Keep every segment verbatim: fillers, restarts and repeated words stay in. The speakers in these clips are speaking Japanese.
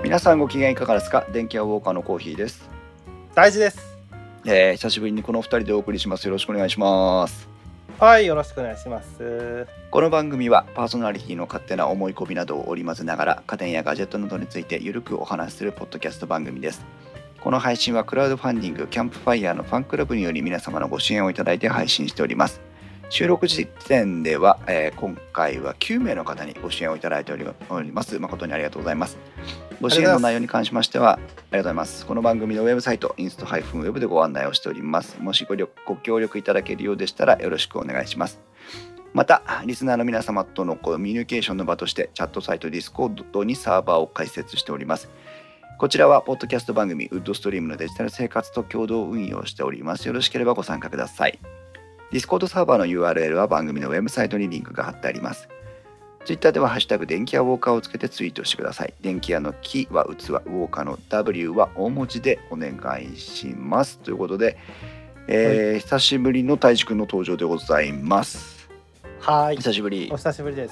皆さんご機嫌いかがですか。電気屋ウォーカーのコーヒーです。 大事です。 えー、久しぶりにこのふたりでお送りします。よろしくお願いします。 はい、よろしくお願いします。 この番組はパーソナリティの勝手な思い込みなどを織り交ぜながら家電やガジェットなどについてゆるくお話しするポッドキャスト番組です。この配信はクラウドファンディングキャンプファイヤーのファンクラブにより皆様のご支援をいただいて配信しております。収録時点では、えー、今回はきゅうめいの方にご支援をいただいております。誠にありがとうございます。ご支援の内容に関しましてはありがとうございます。この番組のウェブサイトインスト -ウェブ でご案内をしております。もし ご, ご協力いただけるようでしたらよろしくお願いします。またリスナーの皆様とのコミュニケーションの場としてチャットサイト Discord にサーバーを開設しております。こちらはポッドキャスト番組ウッドストリームのデジタル生活と共同運用しております。よろしければご参加ください。Discord サーバーの ユーアールエル は番組のウェブサイトにリンクが貼ってあります。Twitter ではハッシュタグ電気屋ウォーカーをつけてツイートしてください。電気屋の木は器、ウォーカーの W は大文字でお願いします。ということで、えーはい、久しぶりの太一くんの登場でございます。 はい。 久しぶり。 お久しぶりです。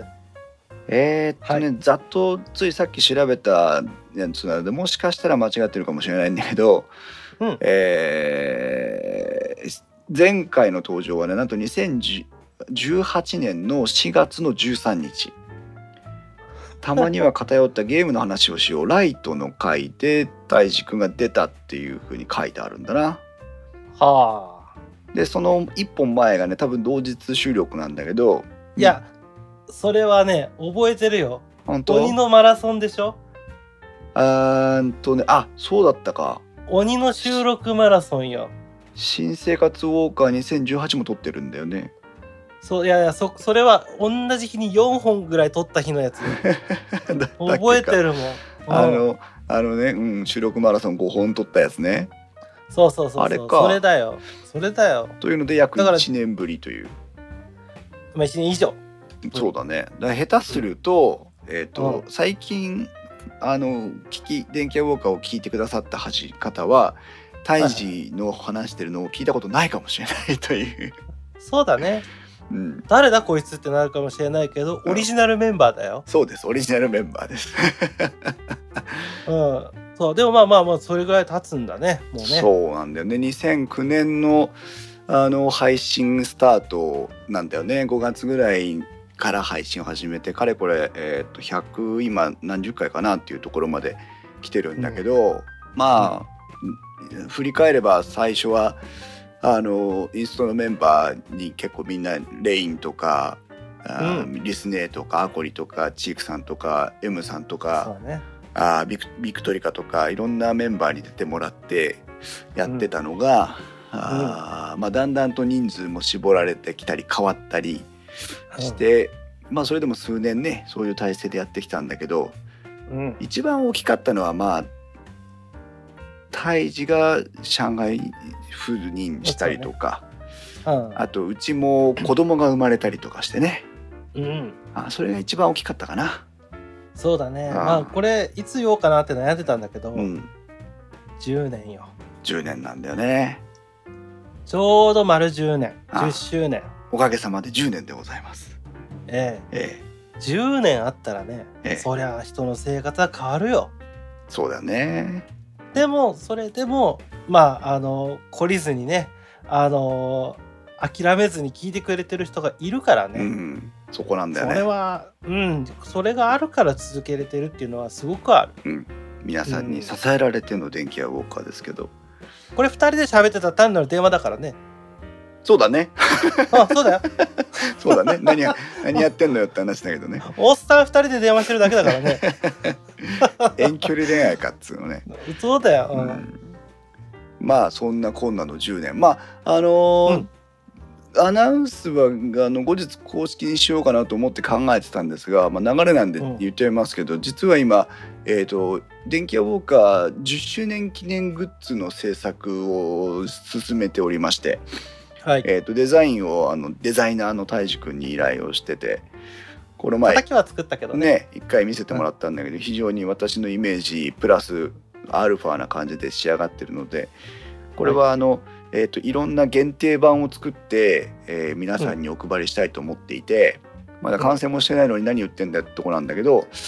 えー、っとね、はい、ざっとついさっき調べたやつなのでもしかしたら間違ってるかもしれないんだけど、うん、えー、前回の登場はねなんとにせんじゅうはちねんのしがつのじゅうさんにちたまには偏ったゲームの話をしようライトの回で太一くんが出たっていう風に書いてあるんだな。 はあ。 でそのいっぽんまえがね多分同日収録なんだけど、 いやそれはね覚えてるよ。 本当？ 鬼のマラソンでしょ。 あーんとねあそうだったか。 鬼の収録マラソンよ。 新生活ウォーカーにせんじゅうはちも撮ってるんだよね。 そういやいや そ, それは同じ日によんほんぐらい撮った日のやつ覚えてるもん。 あのあのね、うん、収録マラソンごほん撮ったやつね。 そうそうそうそう。あれか。それだよそれだよ。 というので約いちねんぶりという。 まあいちねん以上。 そうだね。だから下手すると、うん、えっ、ー、と、うん、最近あの聞き電気屋ウォーカーを聞いてくださった方は胎児の話してるのを聞いたことないかもしれないという。 そうだね。うん、誰だこいつってなるかもしれないけど、オリジナルメンバーだよ。 そうです、オリジナルメンバーです。 うん、そうでもまあまあまあそれぐらい経つんだね。もうね。 そうなんだよね。にせんきゅうねんのあの配信スタートなんだよね。ごがつぐらいから配信を始めてかれこれ、えー、とひゃく今何十回かなっていうところまで来てるんだけど、うん、まあ、うん、振り返れば最初はあのインストのメンバーに結構みんなレインとか、うん、リスネーとかアコリとかチークさんとか M さんとか、ね、あビク、ビクトリカとかいろんなメンバーに出てもらってやってたのが、うんあまあ、だんだんと人数も絞られてきたり変わったりして、うんまあ、それでも数年ねそういう体制でやってきたんだけど、うん、一番大きかったのはまあ胎児が上海赴任したりとか、ねうん、あとうちも子供が生まれたりとかしてね、うん、あそれが一番大きかったかな。 そうだね。あまあこれいつ言おうかなって悩んでたんだけど、うん、じゅうねんよ。 じゅうねんなんだよね。 ちょうど丸じゅうねんじゅっしゅうねんおかげさまでじゅうねんでございます。 ええええ、じゅうねんあったらね、ええ、そりゃ人の生活は変わるよ。 そうだね。 でもそれでもまああの懲りずにねあの諦めずに聞いてくれてる人がいるからね、うん、 そこなんだよね。 それはうんそれがあるから続けれてるっていうのはすごくある、 うん、皆さんに支えられての電気屋ウォーカーですけど、 うん、これふたりで喋ってた単なる電話だからね。 そうだね。 あそうだよ。 そうだね。何や何やってんのよって話だけどね。 おっさんふたりで電話してるだけだからね。 遠距離恋愛かっつうのね。 そうだよ、うんうん、 まあそんなこんなのじゅうねんまああのーうんアナウンスはあの後日公式にしようかなと思って考えてたんですが、まあ、流れなんで言っちゃいますけど、うん、実は今、えーと、電気屋ウォーカーじゅっしゅうねん記念グッズの制作を進めておりまして、はいえーと、デザインをあのデザイナーの太一くんに依頼をしてて、この前形は作ったけどねね一回見せてもらったんだけど、うん、非常に私のイメージプラスアルファな感じで仕上がってるので、これはあの、はいえーと、いろんな限定版を作って、えー、皆さんにお配りしたいと思っていて、うん、まだ完成もしてないのに何言ってんだってとこなんだけど、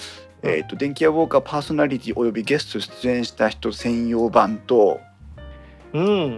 えー、と電気屋ウォーカーパーソナリティおよびゲスト出演した人専用版と、 うん、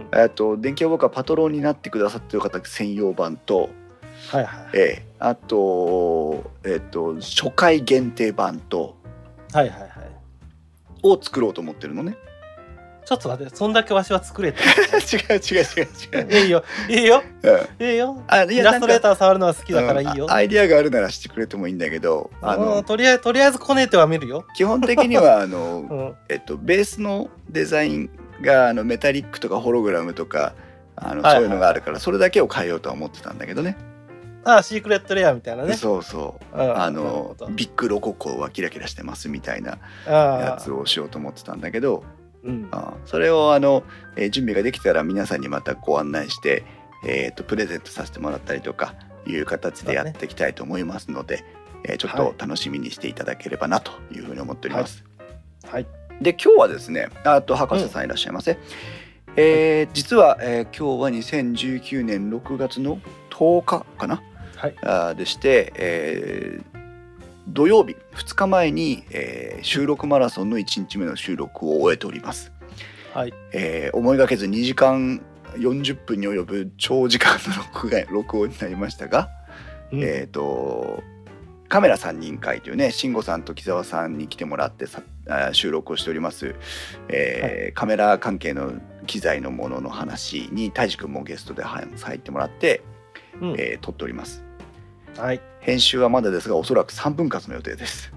えー、と電気屋ウォーカーパトロンになってくださっている方専用版と、 はいはい、 えー、あと,、えー、と初回限定版と、 はいはいはい、 を作ろうと思ってるのね。 ちょっと待って、そんだけわしは作れて違う違う違う違う。 いいよいいよ、 うん、 いいよ。 あいやイラストレーター触るのは好きだからいいよ、 うん、アイディアがあるならしてくれてもいいんだけど、あのとりあえずとりあえずこねては見るよ。 基本的にはあの、うん、えっと、ベースのデザインがあのメタリックとかホログラムとかあの、はいはい、そういうのがあるからそれだけを変えようとは思ってたんだけどね。 ああ、シークレットレアみたいなね。 そうそう、うん、あのビッグロゴコはキラキラしてますみたいなやつをしようと思ってたんだけど、うん、あそれをあの、えー、準備ができたら皆さんにまたご案内して、えー、とプレゼントさせてもらったりとかいう形でやっていきたいと思いますので、ねえー、ちょっと楽しみにしていただければなというふうに思っております。 はいはい、 で今日はですね、あと博士さんいらっしゃいませ、うん、えー、実は、えー、今日はにせんじゅうきゅうねんろくがつのとおかかな、はい、あでして、えー、土曜日ふつかまえに、えー、収録マラソンのいちにちめの収録を終えております。はい、えー、思いがけずにじかんよんじゅっぷんに及ぶ長時間の録画録音になりましたが、うん、えーとカメラさんにん会というね、慎吾さんと木澤さんに来てもらってさ収録をしております、えーはい、カメラ関係の機材のものの話に泰治君もゲストで入ってもらって、うん、えー、撮っております。はい、編集はまだですがおそらくさんぷん割の予定です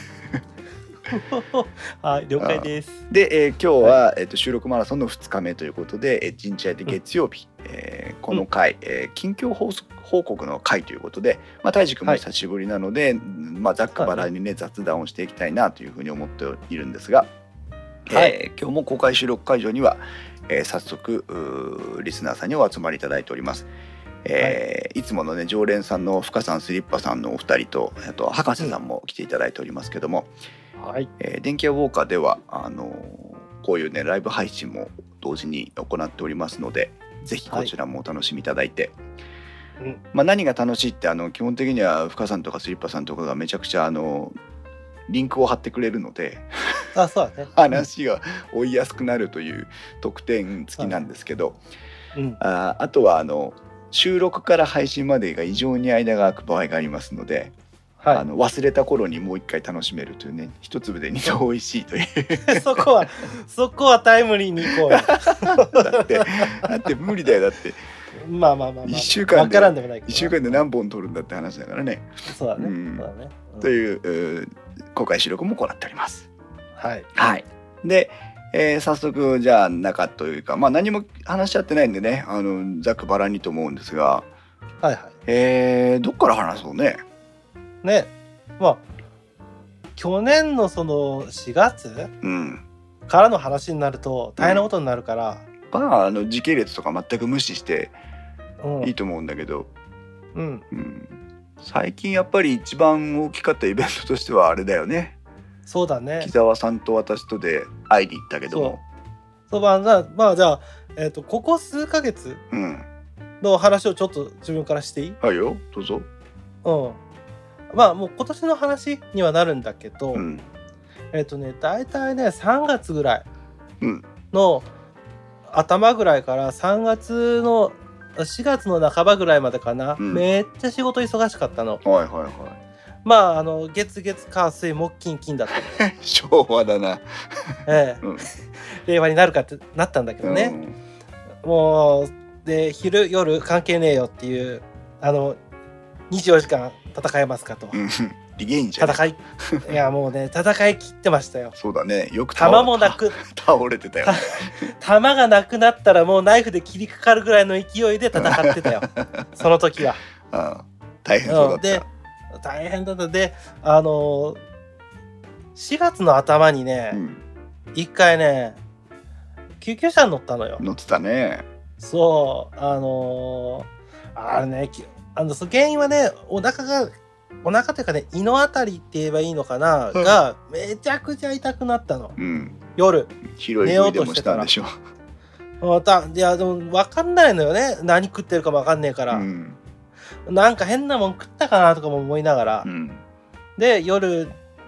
はい、了解です。 で、えー、今日は、はい、えー、と収録マラソンのふつかめということで、えー、人知愛で月曜日、うん、えー、この回、うん、えー、近況報報告の回ということで、まあ、泰治君も久しぶりなので、はい、まあ、ざっくばらんにね、はい、雑談をしていきたいなというふうに思っているんですが、はい、えー、今日も公開収録会場には、えー、早速リスナーさんにお集まりいただいております。えーはい、いつものね常連さんの深さんスリッパさんのお二人と、あと博士さんも来ていただいておりますけども、はい、えー、電気屋ウォーカーではあのー、こういうねライブ配信も同時に行っておりますので、ぜひこちらもお楽しみいただいて、はい、うん、まあ、何が楽しいってあの基本的には深さんとかスリッパさんとかがめちゃくちゃあのリンクを貼ってくれるのであ、そうだね、 話が追いやすくなるという特典付きなんですけど、うん、あ, あとはあの収録から配信までが異常に間が空く場合がありますので、はい、あの忘れた頃にもう一回楽しめるというね、一粒で二度美味しいというそこはそこはタイムリーに行こうよだってだって無理だよ。だってまあまあまあ、まあ、 いっしゅうかんで分からんでもないけど、 いっしゅうかんで何本撮るんだって話だからね。 そうだね、うん、そうだね、 うん、という公開収録も行っております。 はい、 はい、でえー、早速じゃあ中というか、まあ、何も話し合ってないんでね、あのざっくばらんにと思うんですが、 はいはい、 えー、どっから話そうね。 ね、まあ去年のそのしがつ、うん、からの話になると大変なことになるから、 うん、まああの時系列とか全く無視していいと思うんだけど、うんうん、最近やっぱり一番大きかったイベントとしてはあれだよね。 そうだね。 木澤さんと私とで会いに行ったけども、 そう、まあ、まあじゃあ、えーと、ここ数ヶ月の話をちょっと自分からしていい？ はいよ、どうぞ。 うん。まあもう今年の話にはなるんだけど、うん、えっ、ー、とね大体ねさんがつぐらいの頭ぐらいからさんがつのしがつの半ばぐらいまでかな、うん、めっちゃ仕事忙しかったの。 はいはいはい。 まああの月月火水木金金だった昭和だなええ、うん、令和になるかってなったんだけどね、うん、もうで昼夜関係ねえよっていうあのにじゅうよじかん戦えますかとリゲインじゃん戦いいやもうね戦い切ってましたよ。 そうだね、よく弾もなく倒れてたよ、ね、 弾がなくなったらもうナイフで切りかかるぐらいの勢いで戦ってたよその時は。 ああ大変そうだった。 で大変だった。であのー、しがつの頭にね、うん、一回ね救急車に乗ったのよ。 乗ってたね。 そうあのー、あれねあの原因はねお腹がお腹というかね胃のあたりって言えばいいのかな、うん、がめちゃくちゃ痛くなったの、うん、夜広い声でもしたんでしょ。 またいやでも分かんないのよね、何食ってるかも分かんねえから、うん、なんか変なもん食ったかなとかも思いながら、うん、で夜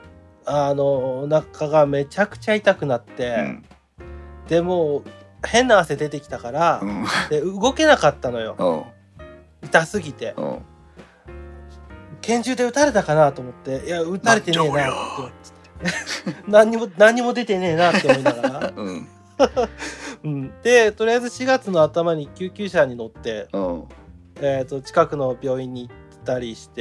あのお腹がめちゃくちゃ痛くなって、うん、でも変な汗出てきたから、うん、で動けなかったのよ痛すぎて拳銃で撃たれたかなと思って、いや撃たれてねえなって何にも何にも出てねえなって思いながら、うんうん、でとりあえずしがつの頭に救急車に乗って、うんえー、と近くの病院に行ったりして、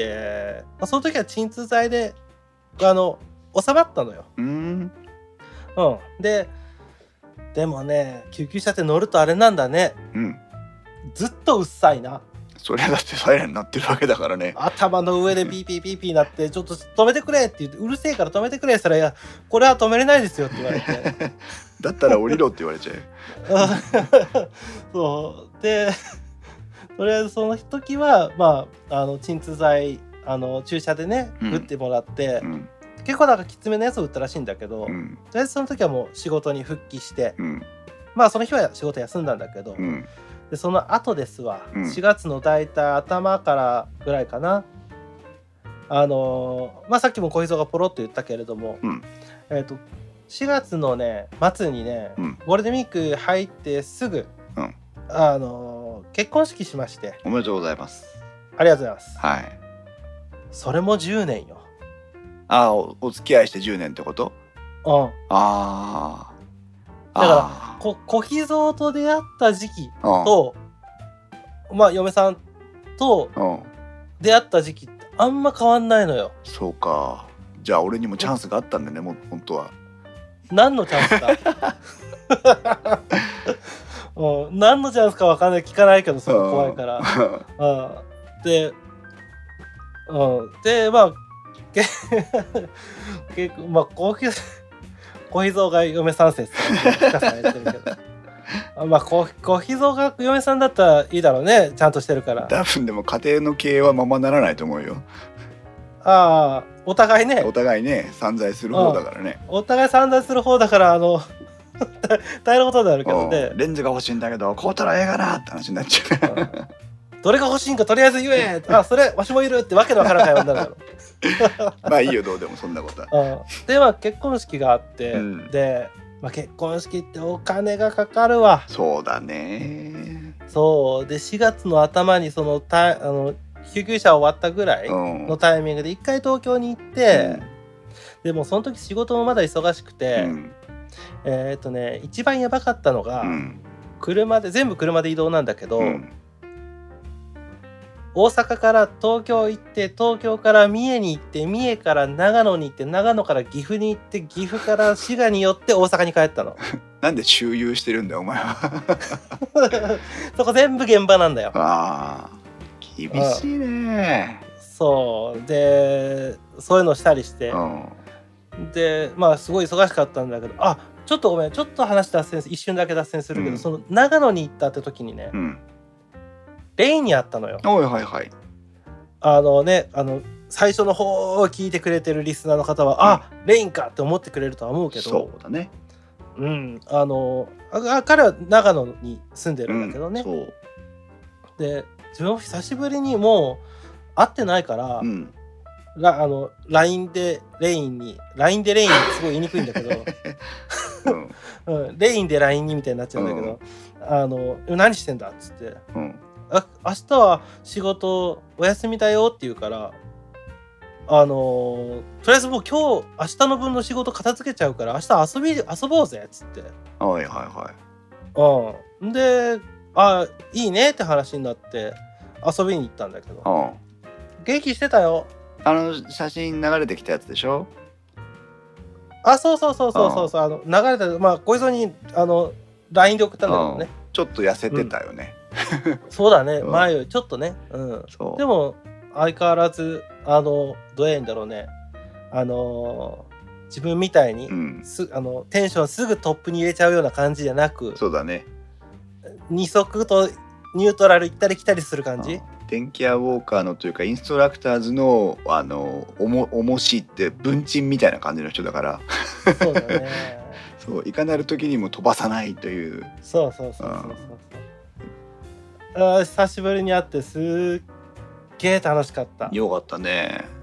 まあ、その時は鎮痛剤であの収まったのよ。うん、うん、ででもね救急車って乗るとあれなんだね、うん、ずっとうっさいな。 それはだってサイレンになってるわけだからね。 頭の上でピーピーピーピーなってちょっと止めてくれって言って、うるせえから止めてくれって言ったら、いやこれは止めれないですよって言われてだったら降りろって言われちゃうそうでとりあえずその時はまああの鎮痛剤あの注射でね、うん、打ってもらって、うん、結構なんかきつめのやつを打ったらしいんだけど、うん、とりあえずその時はもう仕事に復帰して、うん、まあその日は仕事休んだんだけど、うん、でその後ですわ、うん、しがつのだいたい頭からぐらいかな、あのー、まあさっきも小磯がポロッと言ったけれども、うん、えーとしがつのね末にね、うん、ゴールデンウィーク入ってすぐ、うん、あのー、結婚式しまして。 おめでとうございます。 ありがとうございます。 はい。 それもじゅうねんよ。 ああ お, お付き合いしてじゅうねんってこと？うん。ああ。だからこ小秘蔵と出会った時期と、まあ嫁さんと出会った時期ってあんま変わんないのよ。 そうか。じゃあ俺にもチャンスがあったんだね、もう本当は。 何のチャンスか、うん、何のチャンスか分かんない、聞かないけどそれ怖いから、うん、で、うん、でまあ結構まあ小秘小秘蔵が嫁さん説聞かされてるけどまあ小秘蔵が嫁さんだったらいいだろうね、ちゃんとしてるから。 多分でも家庭の経営はままならないと思うよ。 ああ、お互いね。 お互いね、散財する方だからね。 お互い散財する方だから、あの大変なことになるけどね。 レンズが欲しいんだけど、こうたらええかなって話になっちゃう。 どれが欲しいんかとりあえず言え。あ、それわしもいるってわけのわからん会話になるだろう。 まあいいよ、どうでもそんなことは。 では結婚式があって、うん、で、まあ、結婚式ってお金がかかるわ。 そうだね。 そうでしがつの頭にそのたあの救急車終わったぐらいのタイミングで一回東京に行って、うん、でもその時仕事もまだ忙しくて、うん、えー、っとね一番やばかったのが、うん、車で全部車で移動なんだけど、うん、大阪から東京行って東京から三重に行って三重から長野に行って長野から岐阜に行って岐阜から滋賀に寄って大阪に帰ったの。 なんで周遊してるんだよお前は。 そこ全部現場なんだよ。 ああ厳しいね。 そうでそういうのしたりして、うん、でまあすごい忙しかったんだけど、あちょっとごめんちょっと話脱線一瞬だけ脱線するけど、うん、その長野に行ったって時にね、うん、レインにあったのよ。 はいはいはい。 あのねあの最初の方を聞いてくれてるリスナーの方は、うん、あレインかって思ってくれるとは思うけど、 そうだね。 うんあのあ彼は長野に住んでるんだけどね。うん、そうで自分久しぶりにもう会ってないから、うん、あの ライン でレインに ライン でレインにすごい言いにくいんだけど、うんうん、レインで ライン にみたいになっちゃうんだけど、うん、あの何してんだっつって、うん、あ明日は仕事お休みだよって言うから、あのとりあえずもう今日明日の分の仕事片付けちゃうから明日遊び遊ぼうぜっつって、 はいはいはい、 うん、であいいねって話になって遊びに行ったんだけど、うん、元気してたよ。 あの写真流れてきたやつでしょ。 あそうそうそうそうそうそう、あの流れたまあ小磯にあの ライン で送ったんだけどね、 ちょっと痩せてたよね、 うん、そうだね、前よりちょっとね、うん、そうでも相変わらずあのどうやんだろうね、あのー、自分みたいに、うん、すあのテンションすぐトップに入れちゃうような感じじゃなく、 そうだね、 二足とニュートラル行ったり来たりする感じ。 電気屋ウォーカーのというかインストラクターズのあのおも重しって文鎮みたいな感じの人だから。そうだね。そういかなる時にも飛ばさないという。 そうそうそうそうそう。あ久しぶりに会ってすっげえ楽しかった。 よかったね。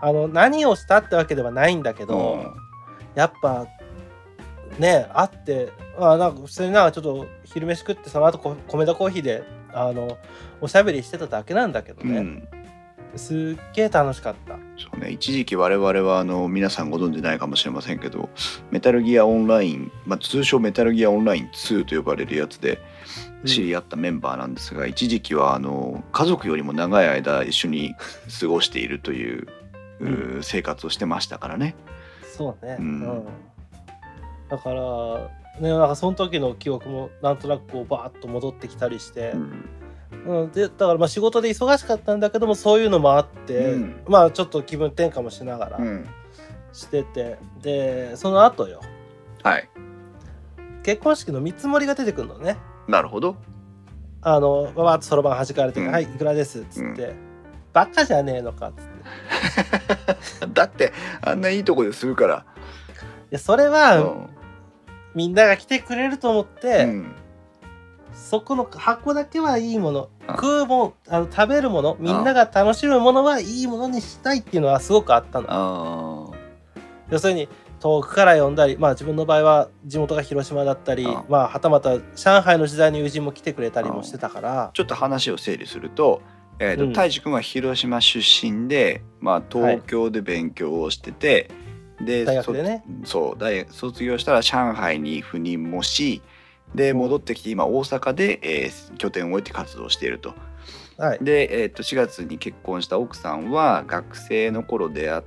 あの何をしたってわけではないんだけど、うん、やっぱね会って、まあ、なんか普通になんかちょっと昼飯食ってその後米田コーヒーであのおしゃべりしてただけなんだけどね、うん、すっげえ楽しかった。 そうね、一時期我々はあの皆さんご存じないかもしれませんけど、メタルギアオンライン、まあ、通称メタルギアオンラインツーと呼ばれるやつで知り合ったメンバーなんですが、うん、一時期はあの家族よりも長い間一緒に過ごしているという、うん、う生活をしてましたからね。 そうね、うんうん、だからね、なんかその時の記憶もなんとなくこうバーッと戻ってきたりして、うんうん、でだからまあ仕事で忙しかったんだけどもそういうのもあって、うん、まあちょっと気分転換もしながらしてて、うん、でその後よ、 はい、 結婚式の見積もりが出てくるのね。 なるほど。 あのババッとそろばん弾かれて、うん、はいいくらですっつって、うん、バカじゃねえのかっつってだってあんないいとこでするから。いやそれは、うん、みんなが来てくれると思って、うん、そこの箱だけはいいもの、食うもん、あの食べるもの、みんなが楽しむものはいいものにしたいっていうのはすごくあったの。要するに遠くから呼んだり、まあ自分の場合は地元が広島だったり、まあはたまた上海の時代の友人も来てくれたりもしてたから。 ちょっと話を整理すると、えーとうん、太一君は広島出身で、まあ、東京で勉強をしてて、はい、で大学でね、 そう大卒業したら上海に赴任もし、で戻ってきて今大阪で、えー、拠点を置いて活動していると。はい、で、えー、としがつに結婚した奥さんは学生の頃出会って、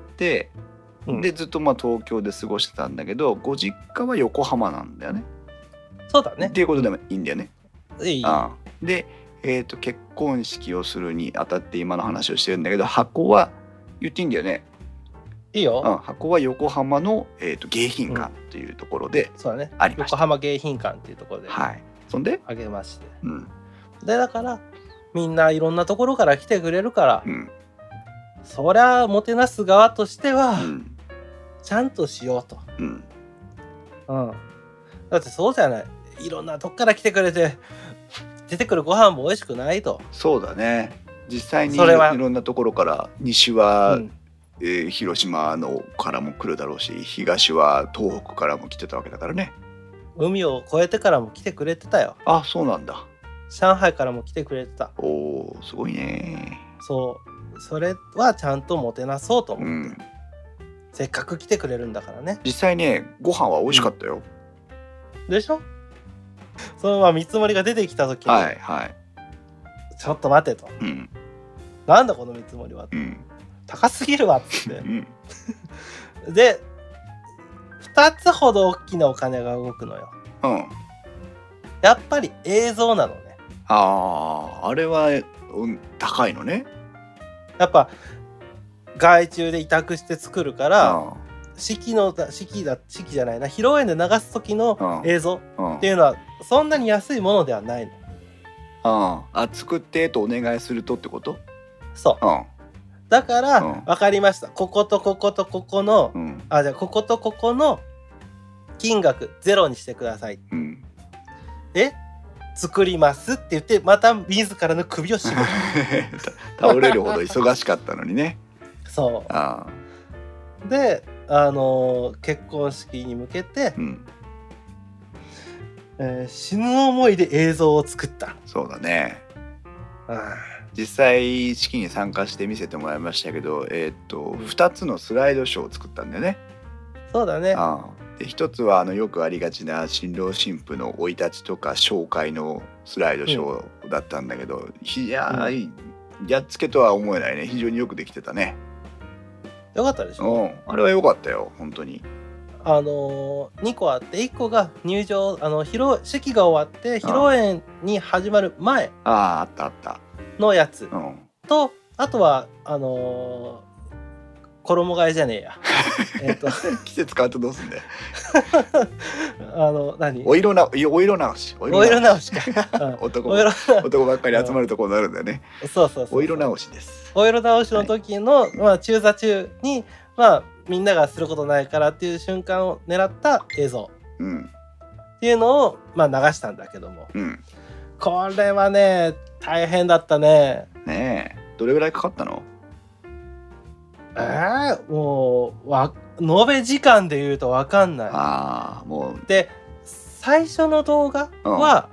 うん、でずっとまあ東京で過ごしてたんだけど、ご実家は横浜なんだよね。 そうだね。 っていうことでもいいんだよね。 いい。 ああで、えー、と結婚式をするにあたって今の話をしてるんだけど、箱は言っていいんだよね。 いいよ、 うん、箱は横浜の、えー、と迎賓館というところで、 うん、そうだね、 ありました。 横浜迎賓館っていうところで、 はい、そんであげまして、 うん、 でだからみんないろんなところから来てくれるから、 うん、 そりゃもてなす側としては、うん、ちゃんとしようと、うんうん、だってそうじゃない、いろんなとこから来てくれて出てくるご飯も美味しくないと。 そうだね、実際にいろんなところから西は、うんえー、広島のからも来るだろうし、東は東北からも来てたわけだからね。 海を越えてからも来てくれてたよ。 あ、そうなんだ。 上海からも来てくれてた。 おー、すごいね。 そう、それはちゃんともてなそうと思って、うん、せっかく来てくれるんだからね。 実際ね、ご飯は美味しかったよ、 うん、でしょ。そのまま見積もりが出てきた時に、 はいはい、 ちょっと待てと、うん、なんだこの見積もりは、うん、高すぎるわっつって、うん、でふたつほど大きなお金が動くのよ、うん、やっぱり映像なのね。 ああ、あれは、うん、高いのね。 やっぱ外注で委託して作るから、うん、式の式だ式じゃないな披露宴で流す時の映像っていうのはそんなに安いものではないの。 ああ、作ってとお願いするとってこと？ そう、うん、だから、うん、分かりました、こことこことここの、うん、あじゃあこことここの金額ゼロにしてください、うん、え作りますって言ってまた自らの首を絞る倒れるほど忙しかったのにね。 そうあで、あのー、結婚式に向けて、うんえー、死ぬ思いで映像を作った。 そうだね。あ実際式に参加して見せてもらいましたけど、えー、っと、うん、ふたつのスライドショーを作ったんだよね。 そうだね。 あでひとつはあのよくありがちな新郎新婦の生い立ちとか紹介のスライドショーだったんだけど、うん、いや、うん、やっつけとは思えないね。非常によくできてたね。 よかったでしょ、 うん、あれはよかったよ本当に。 あのー、にこあっていっこが入場、あの披露式が終わって披露宴に始まる前あああったあったのやつ、うん、とあとはあのー、衣替えじゃねえやえっと季節変わってどうすんだよあの何お色なお色直しお色直しか、うん、 男, 男ばっかり集まるところになるんだよね、 うん、そうそうそうお色直しです。 お色直しの時の、はい、まあ、中座中にまあみんながすることないからっていう瞬間を狙った映像、うん、っていうのをまあ流したんだけども、うん、これはね大変だったね。 ねえ、どれぐらいかかったの？ えー、もうわ延べ時間で言うと分かんない。 ああもうで最初の動画は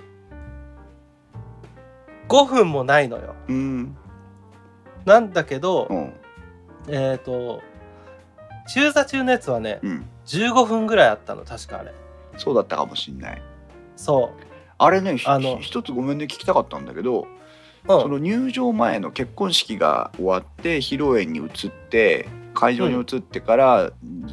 ごふんもないのよ。 うん、 なんだけど、 うん、 えっ、ー、と中座中のやつはね、うん、じゅうごふんぐらいあったの確かあれ。 そうだったかもしんない。 そうあれね、あの一つごめんね聞きたかったんだけど、うん、その入場前の結婚式が終わって披露宴に移って会場に移ってから、うん、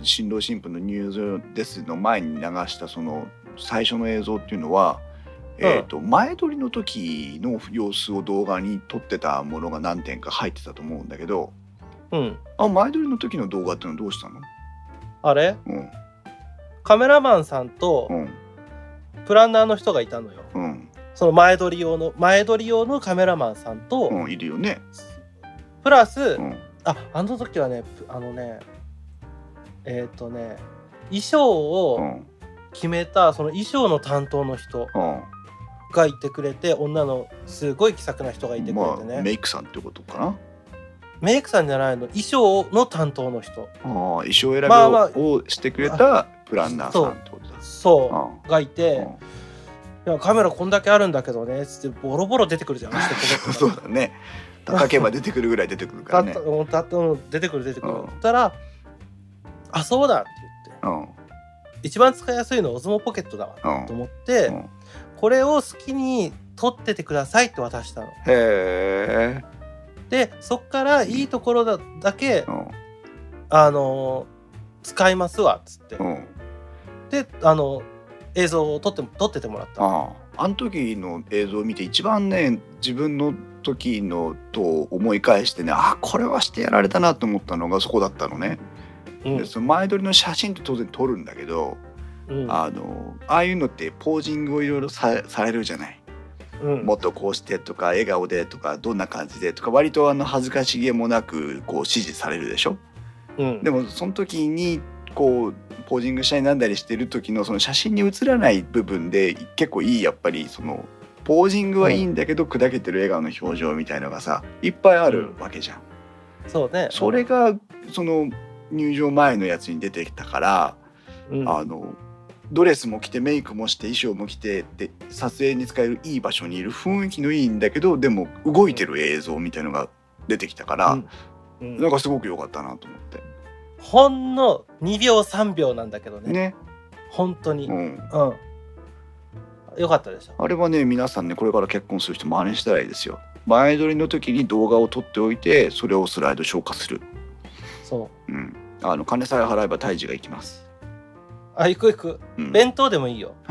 新郎新婦の入場ですの前に流したその最初の映像っていうのは、うん、えーと、前撮りの時の様子を動画に撮ってたものが何点か入ってたと思うんだけど、うん、あ前撮りの時の動画ってのはどうしたの？ あれ、うん、カメラマンさんと、うん、プランナーの人がいたのよ、うん、その前撮り用の前撮り用のカメラマンさんと、 うん、いるよね。 プラス、うん、ああの時はねあのねえっ、ー、とね衣装を決めたその衣装の担当の人がいてくれて、女のすごい気さくな人がいてくれてね、 まあ、メイクさんってことかな。 メイクさんじゃないの、衣装の担当の人。 ああ、衣装選びをしてくれたプランナーさんってことだ。 そうそうがいて、いやカメラこんだけあるんだけどねつってボロボロ出てくるじゃん。 そうだね。叩けば出てくるぐらい出てくるからね。 たた出てくる出てくる。そしたらあそうだって言って、うん、一番使いやすいのはオズモポケットだわと思って、うんうん、これを好きに撮っててくださいって渡したの。へー。でそっからいいところ だ, だけ、うん、あの使いますわっつって、うん、であの映像を撮って撮っててもらった。 ああの時の映像を見て一番ね自分の時のと思い返してね、あこれはしてやられたなと思ったのがそこだったのね、うん、でその前撮りの写真って当然撮るんだけど、うん、あのああいうのってポージングをいろいろされるじゃない。うん、もっとこうしてとか笑顔でとかどんな感じでとか割とあの恥ずかしげもなくこう指示されるでしょ、うん、でもその時にこうポージングしたりなんだりしてる時のその写真に写らない部分で結構いいやっぱりそのポージングはいいんだけど、うん、砕けてる笑顔の表情みたいのがさいっぱいあるわけじゃん、 うん、そうね。 それがその入場前のやつに出てきたから、うん、あのドレスも着てメイクもして衣装も着てで撮影に使えるいい場所にいる雰囲気のいいんだけどでも動いてる映像みたいのが出てきたから、うんうん、なんかすごく良かったなと思って。 ほんのにびょうさんびょうなんだけどね。ね本当に、うんうん、よかったでしょ。 あれはね皆さんねこれから結婚する人真似したらいいですよ。前撮りの時に動画を撮っておいてそれをスライド消化する。そう、うん、あの金さえ払えば胎児が行きます。 あ行く行く、うん、弁当でもいいよ。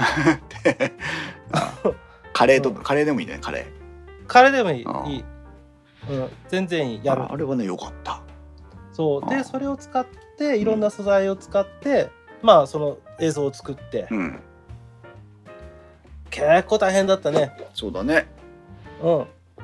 カレーと、うん、カレーでもいいね。カレーカレーでもいい、いい、うん、全然いい。やる。 あ, あれはね良かった。 そうでそれを使っていろんな素材を使って、うん、まあその映像を作って、うん、結構大変だったね。 そうだね。 うん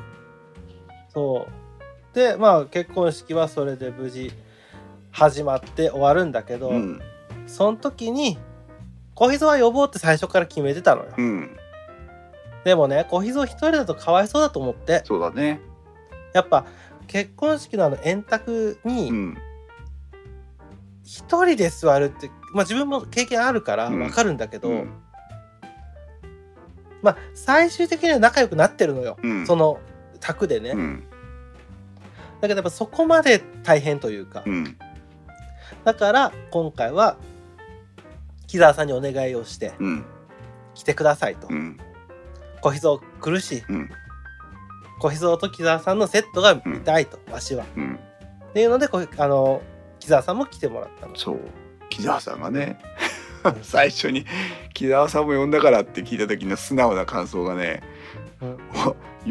そうでまあ結婚式はそれで無事始まって終わるんだけど、うん、その時に小秘蔵は呼ぼうって最初から決めてたのよ、うん、でもね小秘蔵一人だとかわいそうだと思って。 そうだね。 やっぱ結婚式のあの円卓に一人で座るって、まあ自分も経験あるから分かるんだけど、うんうん、まあ最終的には仲良くなってるのよ、うん、その卓でね、うん、だけどやっぱそこまで大変というか、うん、だから今回は木澤さんにお願いをして、うん、来てくださいと、うん、小秘蔵来るし、うん、小秘蔵と木澤さんのセットが見たいと、うん、わしは、うん、っていうのであの木澤さんも来てもらったの。 そう木澤さんがね最初に木澤さんも呼んだからって聞いた時の素直な感想がね、うん、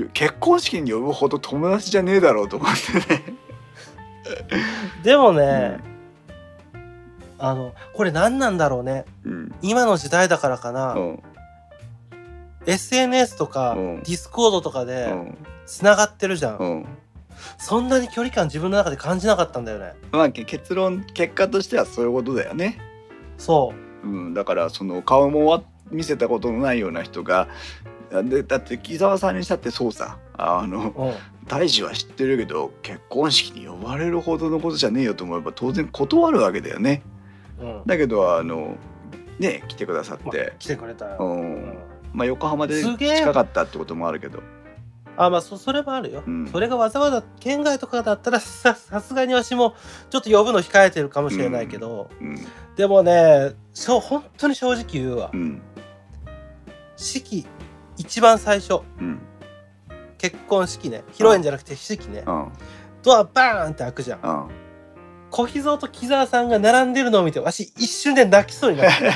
結婚式に呼ぶほど友達じゃねえだろうと思ってねでもね、うん、あのこれ何なんだろうね、うん、今の時代だからかな、うん、エスエヌエス とか、うん、ディスコードとかでつながってるじゃん、うん、そんなに距離感自分の中で感じなかったんだよね。 まあ結論結果としてはそういうことだよね。 そう、 うん、だからその顔も見せたことのないような人がでだって木澤さんにしたってそうさあの、うん、 大志は知ってるけど結婚式に呼ばれるほどのことじゃねえよと思えば当然断るわけだよね、うん、だけどあのね来てくださって、まあ、 来てくれたよ、 うんうん、まあ横浜で近かったってこともあるけど、 あまあ そ, それもあるよ、うん、それがわざわざ県外とかだったらさすがにわしもちょっと呼ぶの控えてるかもしれないけど、うんうん、でもね本当に正直言うわ、うん、式一番最初、うん、結婚式ね披露宴じゃなくて式ね、うん、ドアバーンって開くじゃん、うん、小秘蔵と木澤さんが並んでるのを見てわし一瞬で泣きそうになって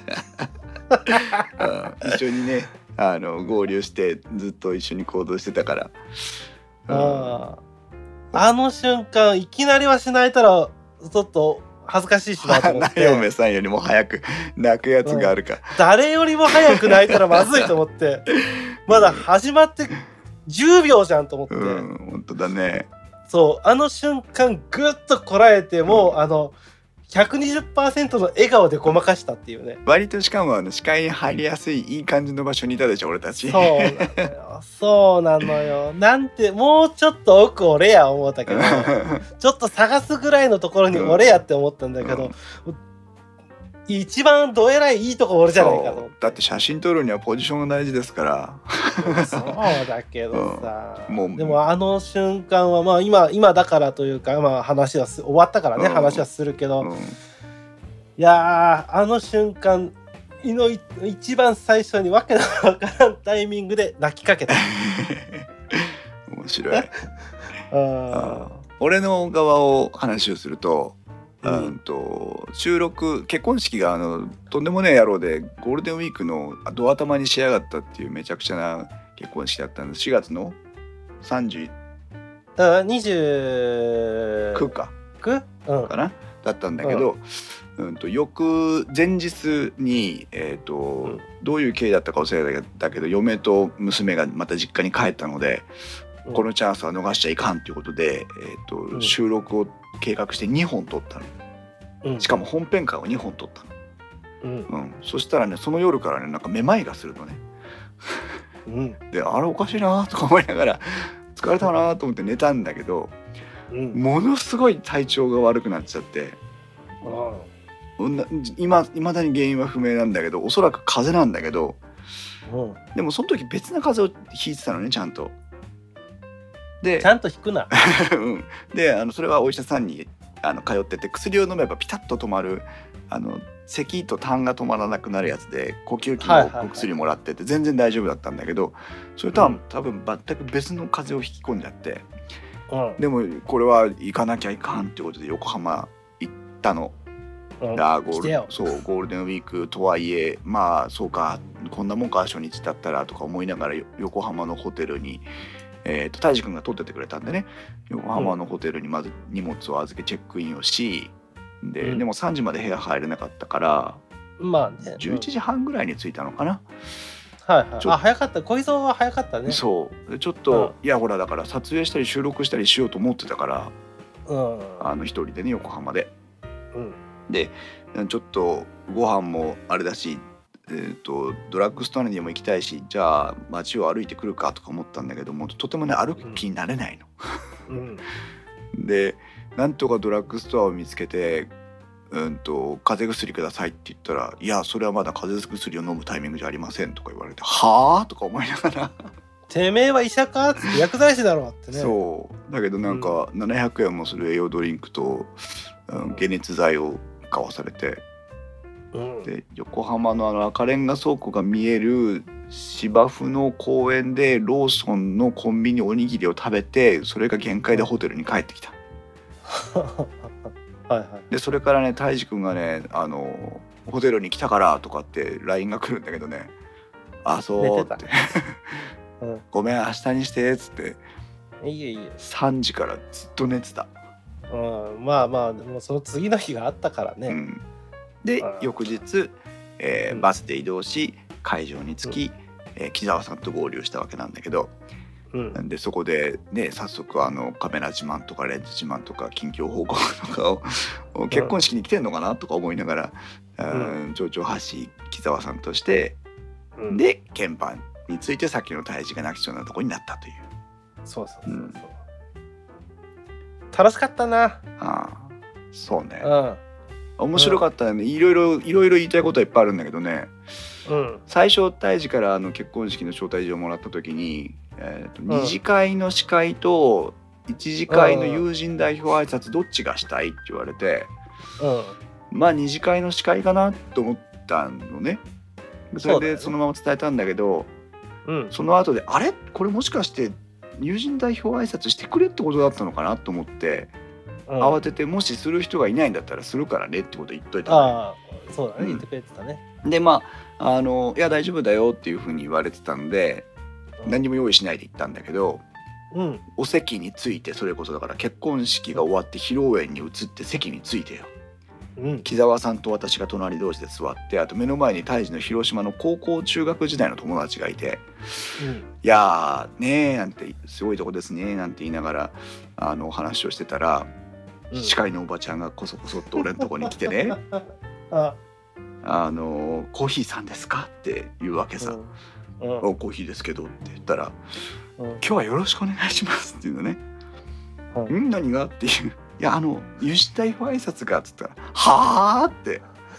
一緒にねあの合流してずっと一緒に行動してたから、 うん、あ, あの瞬間いきなりはし泣いたらちょっと恥ずかしいしなと思って花嫁さんよりも早く泣くやつがあるか、うん、 誰よりも早く泣いたらまずいと思ってまだ始まってじゅうびょうじゃんと思って、うん、 本当だね。 そうあの瞬間ぐっとこらえてもう、うん、あのひゃくにじゅっパーセント の笑顔でごまかしたっていうね。 割としかもあの視界に入りやすいいい感じの場所にいたでしょ俺たち。 そうなのよそうなのよなんてもうちょっと奥俺や思ったけどちょっと探すぐらいのところに俺やって思ったんだけど、うん、一番どえらいいいとこ俺じゃないかと。 だって写真撮るにはポジションが大事ですからそうだけどさ、うん、もうでもあの瞬間はまあ今今だからというか、まあ、話は終わったからね、うん、話はするけど、うん、いやあの瞬間の一番最初にわけのわからんタイミングで泣きかけた面白いあ俺の側を話をするとうんと収録結婚式があのとんでもねえ野郎でゴールデンウィークのド頭にしやがったっていうめちゃくちゃな結婚式だったんです。しがつのさんじゅうあにじゅうくかく、うん、 かなだったんだけど、うんうん、と翌前日に、えーとうん、どういう経緯だったか忘れたけど嫁と娘がまた実家に帰ったので、うん、このチャンスは逃しちゃいかんということで、えーとうん、収録を計画してにほん撮ったの、うん、しかも本編回をにほん撮ったの、うんうん、そしたらねその夜からねなんかめまいがするのね、うん、であれおかしいなとか思いながら疲れたなと思って寝たんだけど、うん、ものすごい体調が悪くなっちゃって、うん、今未だに原因は不明なんだけどおそらく風邪なんだけど、うん、でもその時別な風邪をひいてたのねちゃんと。でちゃんと引くな、 うん、であのそれはお医者さんにあの通ってて薬を飲めばピタッと止まるあの咳と痰が止まらなくなるやつで呼吸器のお薬もらってて全然大丈夫だったんだけどそれとは多分全く別の風邪を引き込んじゃって、うん、でもこれは行かなきゃいかんってことで横浜行ったの、うん、だゴールそうゴールデンウィークとはいえまあそうかこんなもんか初日だったらとか思いながら横浜のホテルにえー、と泰治君が取っててくれたんでね横浜のホテルにまず荷物を預けチェックインをしで、うん、でもさんじまで部屋入れなかったから、 まあね、 じゅういちじはんぐらいに着いたのかな、 はいはい、あ早かった小磯は早かったね。 そうちょっと、うん、いやほらだから撮影したり収録したりしようと思ってたから、うん、あの一人でね横浜で、うん、でちょっとご飯もあれだしえー、とドラッグストアにも行きたいしじゃあ街を歩いてくるかとか思ったんだけどもとてもね歩く気になれないの、うんうん、でなんとかドラッグストアを見つけて、うんと風邪薬くださいって言ったらいやそれはまだ風邪薬を飲むタイミングじゃありませんとか言われてはぁとか思いながらてめえは医者かって薬剤師だろってね。 そうだけどなんかななひゃくえんもする栄養ドリンクと、うん、解熱剤を買わされてうん、で横浜のあの赤レンガ倉庫が見える芝生の公園でローソンのコンビニおにぎりを食べてそれが限界でホテルに帰ってきたはい、はい、でそれからね泰治君がねあのホテルに来たからとかって ライン が来るんだけどねあそうって、うん、ごめん明日にしてっつっていいよいいよさんじからずっと寝てた、 うん、まあまあでもその次の日があったからね、うんで翌日、えー、バスで移動し会場に着き、うんえー、木澤さんと合流したわけなんだけど、うん、でそこで、ね、早速あのカメラ自慢とかレンズ自慢とか近況報告とかを、うん、結婚式に来てんのかなとか思いながら、うん、情緒発し木澤さんとして、うん、で鍵盤についてさっきの泰治が泣きそうなとこになったという。 そうそうそうそう、うん、楽しかったな。ああ、そうね、 うん、 面白かったね。いろいろいろいろ言いたいことはいっぱいあるんだけどね、 うん、 最初大治からあの結婚式の招待状をもらった時に、えー、と二次会の司会と一次会の友人代表挨拶どっちがしたいって言われて、うん、まあ二次会の司会かなと思ったのね。それでそのまま伝えたんだけど、うん、その後であれこれもしかして友人代表挨拶してくれってことだったのかなと思って、うん、慌ててもしする人がいないんだったらするからねってこと言っといた、ね、 ああそうだね、うん、言ってくれてたね。 でまああのいや大丈夫だよっていうふうに言われてたんで、うん、何も用意しないで行ったんだけど、うん、お席について、それこそだから結婚式が終わって披露宴に移って席についてよ、うん、木澤さんと私が隣同士で座って、あと目の前に泰治の広島の高校中学時代の友達がいて、うん、いやーねーなんてすごいとこですねなんて言いながらあの話をしてたら、うん、司会のおばちゃんがこそこそっと俺のとこに来てねああのコーヒーさんですかって言うわけさ、うんうん、コーヒーですけどって言ったら、うん、今日はよろしくお願いしますっていうのね、うん、何がっていう、いやあの友人代表挨拶がっつったらはあって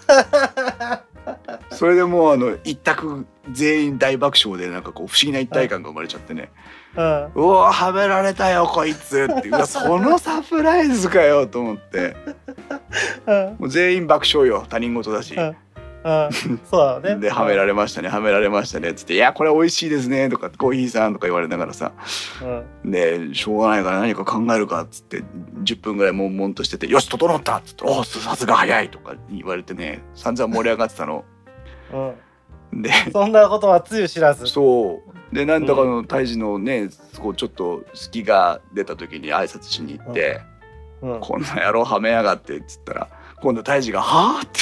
それでもうあの一択全員大爆笑でなんかこう不思議な一体感が生まれちゃってね、うん、うわはめられたよこいつって、うわそのサプライズかよと思って、うん、もう全員爆笑よ、他人事だし、うんああそうだねではめられましたねはめられましたねっつって、いやこれ美味しいですねとかコーヒーさんとか言われながらさ、うん、でしょうがないから何か考えるかっつってじゅっぷんぐらい悶々としてて、よし整ったっつって、おさすが早いとか言われてね、散々盛り上がってたの、 うん、でそんなことはつゆ知らず、 そうでなんとかの泰治のね、こうちょっと隙が出た時に挨拶しに行って、うんうん、こんな野郎はめやがってっつったら、今度泰治がはぁって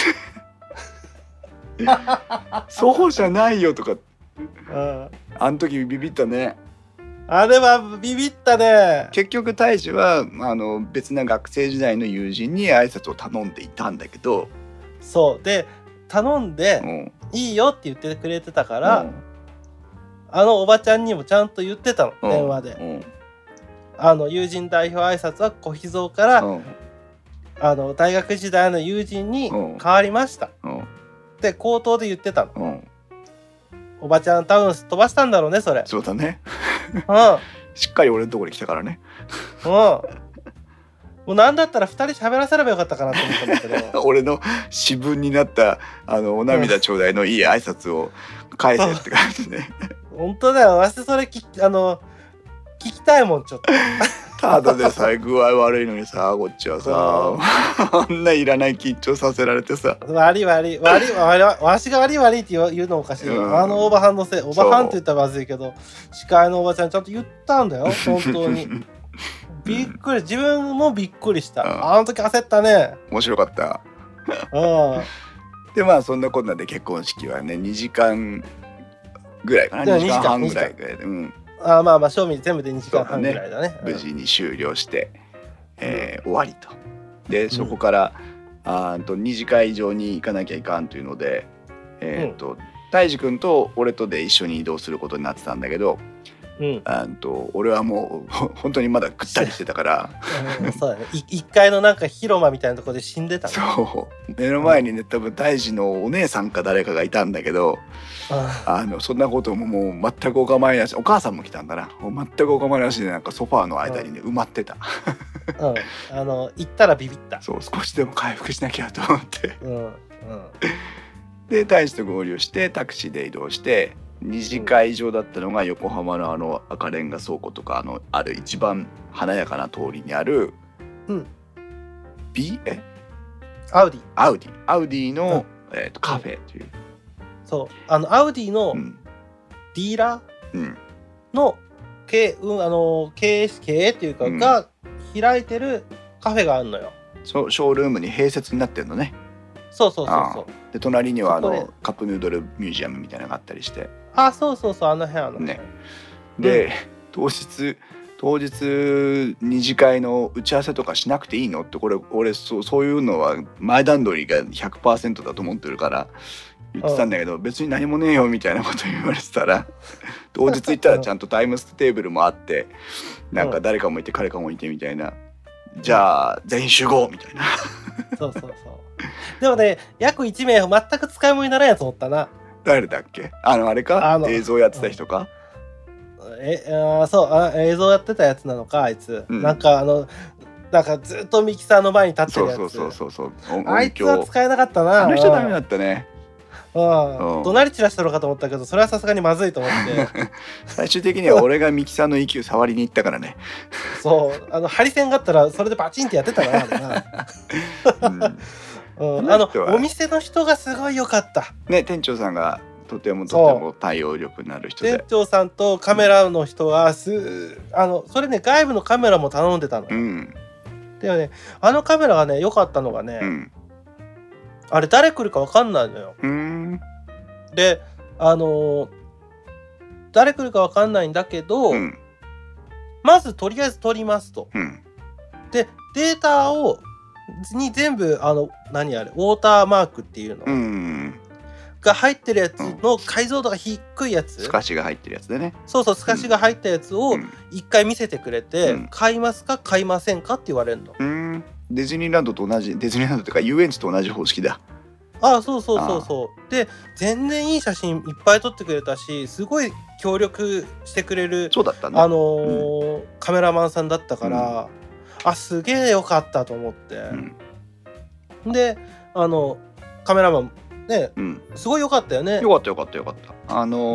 そうじゃないよとか、うん、あの時ビビったね。 あれはビビったね。 結局泰治はあの別な学生時代の友人に挨拶を頼んでいたんだけど、 そうで頼んで、うん、いいよって言ってくれてたから、うん、あのおばちゃんにもちゃんと言ってたの、うん、電話で、うん、あの友人代表挨拶は小秘蔵から、うん、あの大学時代の友人に変わりました、うんうんって口頭で言ってたの、うん、おばちゃん多分飛ばしたんだろうねそれ。 そうだね、うん、しっかり俺のところに来たからね、うん、もうなんだったらふたり喋らせればよかったかなと思ったんだけど俺の私文になったあのお涙ちょうだいのいい挨拶を返せって感じで本当だよ、わしそれきあの聞きたいもんちょっとただでさえ具合悪いのにさ、こっちはさ、あんないらない緊張させられてさ、 悪い悪い悪い悪いわしが悪い悪いって言うのおかしい、うん、あのおばはんのせい、おばはんって言ったらまずいけど司会のおばちゃんちゃんと言ったんだよ本当にびっくり、自分もびっくりした、うん、あの時焦ったね。 面白かったでまあそんなこんなで結婚式はねにじかんぐらいかな、にじかんはんぐらいで、うん、 あまあまあ賞味全部でにじかんはんぐらいだね、ね、 無事に終了して、えーうん、終わりと。でそこから、うん、あとに次会場に行かなきゃいかんというので、えーとうん、泰治君と俺とで一緒に移動することになってたんだけど、うん、あと俺はもう本当にまだぐったりしてたから、 うん、そうだね、いっかいのなんか広間みたいなところで死んでた、ね、 そう目の前にね多分泰治のお姉さんか誰かがいたんだけど、あのそんなことももう全くお構いなし、お母さんも来たんだな、全くお構いなしでなんかソファーの間にね、うん、埋まってた、 うん、あの行ったらビビった。 そう少しでも回復しなきゃと思って、うんうん、で泰治と合流してタクシーで移動して二次会場だったのが横浜のあの赤レンガ倉庫とかあのある一番華やかな通りにある、うん、B えアウディアウディアウディの、うんえー、とカフェという、 そうあのアウディのディーラーの経、うん、あの経営経営っていうか、うん、が開いてるカフェがあるのよ。 そうショールームに併設になってるのね。 そうそうそうそう。 で隣にはあのカップヌードルミュージアムみたいなのがあったりして。 あそうそうそうあの辺あの辺、 ね、で、うん、当日当日二次会の打ち合わせとかしなくていいのって、これ俺 そ, そういうのは前段取りが ひゃくパーセント だと思ってるから言ってたんだけど、別に何もねえよみたいなこと言われてたら当日行ったらちゃんとタイムステーブルもあってなんか誰かもいて彼かもいてみたいな、じゃあ全員集合みたいなそうそうそう。でもね、約いちめい全く使い物にならんやつおったな。 誰だっけ？あのあれか、あの映像やってた人か？ えあそうあ映像やってたやつなのかあいつ、うん、なんかあのなんかずっとミキサーの前に立ってるやつ。 そうそうそうそうそうあいつは使えなかったな。 あの人ダメだったね。 うん、怒鳴り散らしたのかと思ったけど、それはさすがにまずいと思って最終的には俺がミキサーの イーキュー 触りに行ったからねそうあのハリセンがあったらそれでバチンってやってたなあれな、うんうん、あのお店の人がすごい良かったね。店長さんがとてもとても対応力のある人で、 店長さんとカメラの人はすあのそれね外部のカメラも頼んでたの、うん、でもねあのカメラがね良かったのがね、うん、あれ誰来るか分かんないのよ。うーんであのー、誰来るか分かんないんだけど、うん、まずとりあえず撮りますと、うん、でデータをに全部あの何あれウォーターマークっていうの、うん、が入ってるやつの解像度が低いやつ、 透かしが入ってるやつでね。 そうそう透かしが入ったやつを一回見せてくれて、うん、買いますか買いませんかって言われるの。 うんディズニーランドと同じディズニーランドというか遊園地と同じ方式だ。 ああそうそうそうそうで全然いい写真いっぱい撮ってくれたし、すごい協力してくれるそうだったね、 あのーうん、カメラマンさんだったから、うん、あすげえよかったと思って、うん、であのカメラマンね、うん、すごいよかったよね。 よかったよかったよかった。あの、うん、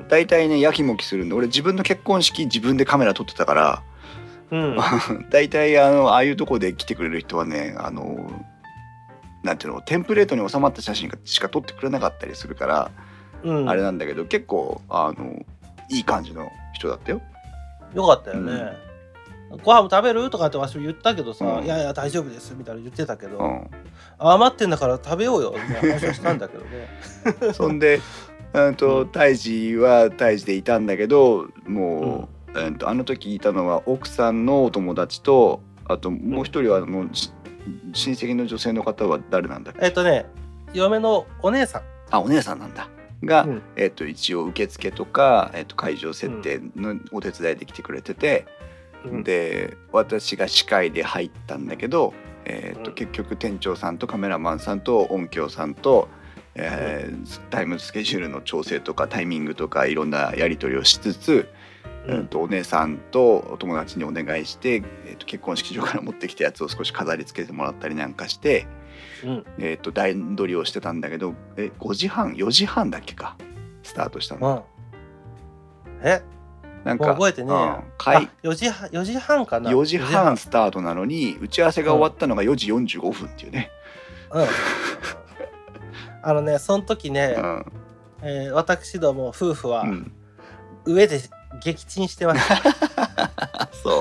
だいたいねやきもきするんで、俺自分の結婚式自分でカメラ撮ってたから、うん、だいたいあのああいうとこで来てくれる人はね、あのなんていうのテンプレートに収まった写真しか撮ってくれなかったりするから、うん、あれなんだけど結構あのいい感じの人だったよ。 よかったよね、うん、ご飯も食べるとかって私言ったけどさ、うん、いやいや大丈夫ですみたいな言ってたけど、うん、余ってんだから食べようよみたいな話はしたんだけどねそんであとタイジはタイジでいたんだけどもう、うん、あの時いたのは奥さんのお友達と、あともう一人はもう親戚の女性の方は誰なんだっけ？ えっとね嫁のお姉さん。 あお姉さんなんだが、うんえっと、一応受付とか、えっと、会場設定のお手伝いで来てくれてて、うん、で私が司会で入ったんだけど、えっと、結局店長さんとカメラマンさんと音響さんと、えー、タイムスケジュールの調整とかタイミングとかいろんなやり取りをしつつ、うんえっと、お姉さんとお友達にお願いして、えっと、結婚式場から持ってきたやつを少し飾り付けてもらったりなんかして、うんえっと、段取りをしてたんだけどえごじはんよじはんだっけかスタートしたの、 うん、えなんか覚えてねえ、うん、あよじはんよじはんかな。 よじはんスタートなのに打ち合わせが終わったのがよじよんじゅうごふんっていうね、うん、 あのねその時ね、うんえー、私ども夫婦は、うん、上で撃沈してましたそう、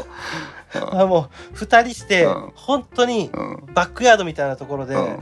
うん、もうふたりして、うん、本当にバックヤードみたいなところで、うん、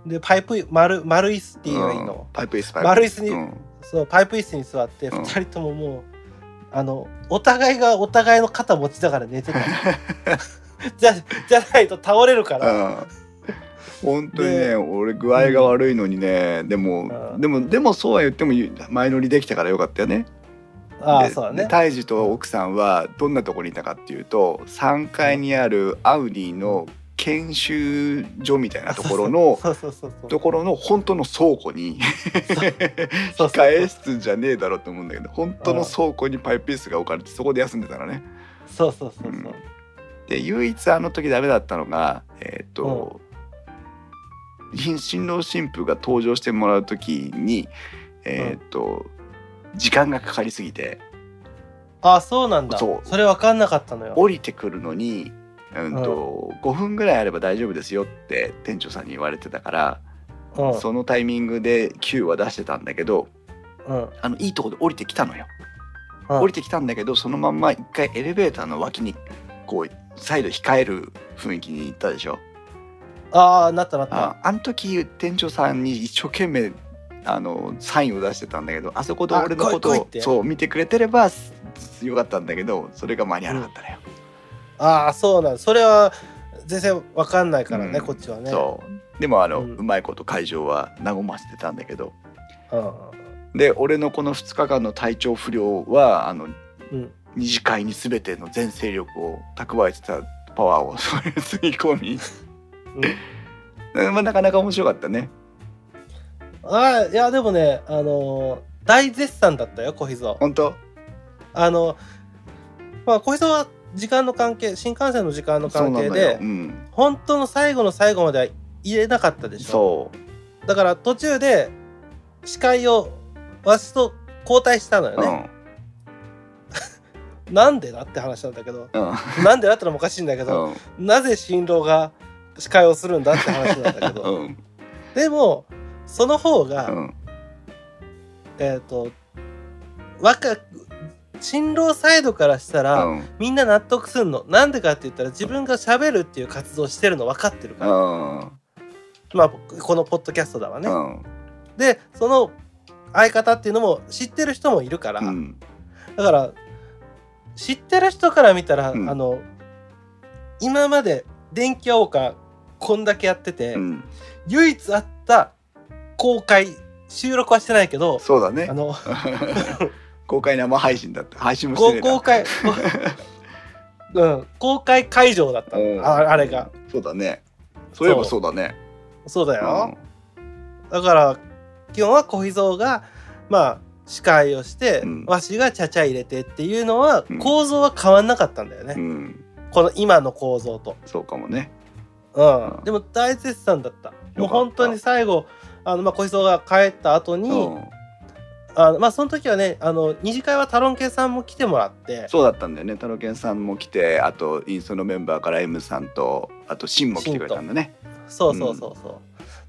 でパイプ丸丸椅子っていうのがいいの、 うん、パイプ椅子丸椅子に、うん、そうパイプ椅子に座ってふたりとももうあのお互いがお互いの肩持ちながら寝てたじゃじゃないと倒れるから、うん、 本当にね俺具合が悪いのにね、うん、でも、うん、でもでもそうは言っても前乗りできたからよかったよね。 ああそうだね。 タイジと奥さんはどんなところにいたかっていうとさんかいにあるアウディの研修所みたいなところのところの本当の倉庫に控え室じゃねえだろうと思うんだけど本当の倉庫にパイプ椅子が置かれてそこで休んでたのね。 そうそうそうそう、うん、 で唯一あの時ダメだったのがえっ、ー、と、うん、新郎新婦が登場してもらう時にえっ、ー、と、うん、時間がかかりすぎて。 あそうなんだ。そうそれ分かんなかったのよ。 降りてくるのにうんとうん、ごふんぐらいあれば大丈夫ですよって店長さんに言われてたから、うん、そのタイミングで キュー は出してたんだけど、うん、あのいいとこで降りてきたのよ、うん、降りてきたんだけどそのまんま一回エレベーターの脇にこう再度控える雰囲気に行ったでしょ。 ああなったなった。 あ, あの時店長さんに一生懸命あのサインを出してたんだけど、あそこで俺のことを来い来いってそう見てくれてればよかったんだけど、それが間に合わなかったのよ、 うん、ああそうなん、それは全然わかんないからね、うん、こっちはね。 そうでもあの、うん、うまいこと会場は和ませてたんだけど、 うん、 で俺のこのふつかかんの体調不良はあの、 うん、 二次会に全ての全勢力を蓄えてたパワーをそれつぎ込み、うんまあ、なかなか面白かったね。 あいやでもね、あのー、大絶賛だったよ小秘蔵。 本当？ あのまあ小秘蔵は時間の関係、新幹線の時間の関係で、うん、本当の最後の最後までは入れなかったでしょ。そうだから途中で司会をわしと交代したのよね、うん、なんでだって話なんだけど、うん、なんでだってのもおかしいんだけど、うん、なぜ新郎が司会をするんだって話なんだけど、うん、でもその方が、うん、えっとわか新郎サイドからしたら、うん、みんな納得すんの。なんでかって言ったら自分が喋るっていう活動してるの分かってるから、うん、まあこのポッドキャストだわね、うん、でその相方っていうのも知ってる人もいるから、うん、だから知ってる人から見たら、うん、あの今まで電気屋ウォーカーこんだけやってて、うん、唯一あった公開収録はしてないけど、 そうだね、 あの公開生配信だった。配信もしてねえな。 公開、うん、公開会場だったの、あ, あれが。 そうだね。そういえばそうだね。 そうだよ。うん、だから基本は小秘蔵がまあ司会をして、うん、わしがちゃちゃ入れてっていうのは、うん、構造は変わんなかったんだよね。うん、この今の構造と。 そうかもね。 うん。うん、でも大絶賛だった。もう本当に最後あのまあ小秘蔵が帰った後に。うん、あのまあその時はね、あの二次会はタロンケンさんも来てもらって。 そうだったんだよね。タロンケンさんも来て、あとインストのメンバーから M さんとあとシンも来てくれたんだね。 そうそうそうそう、うん、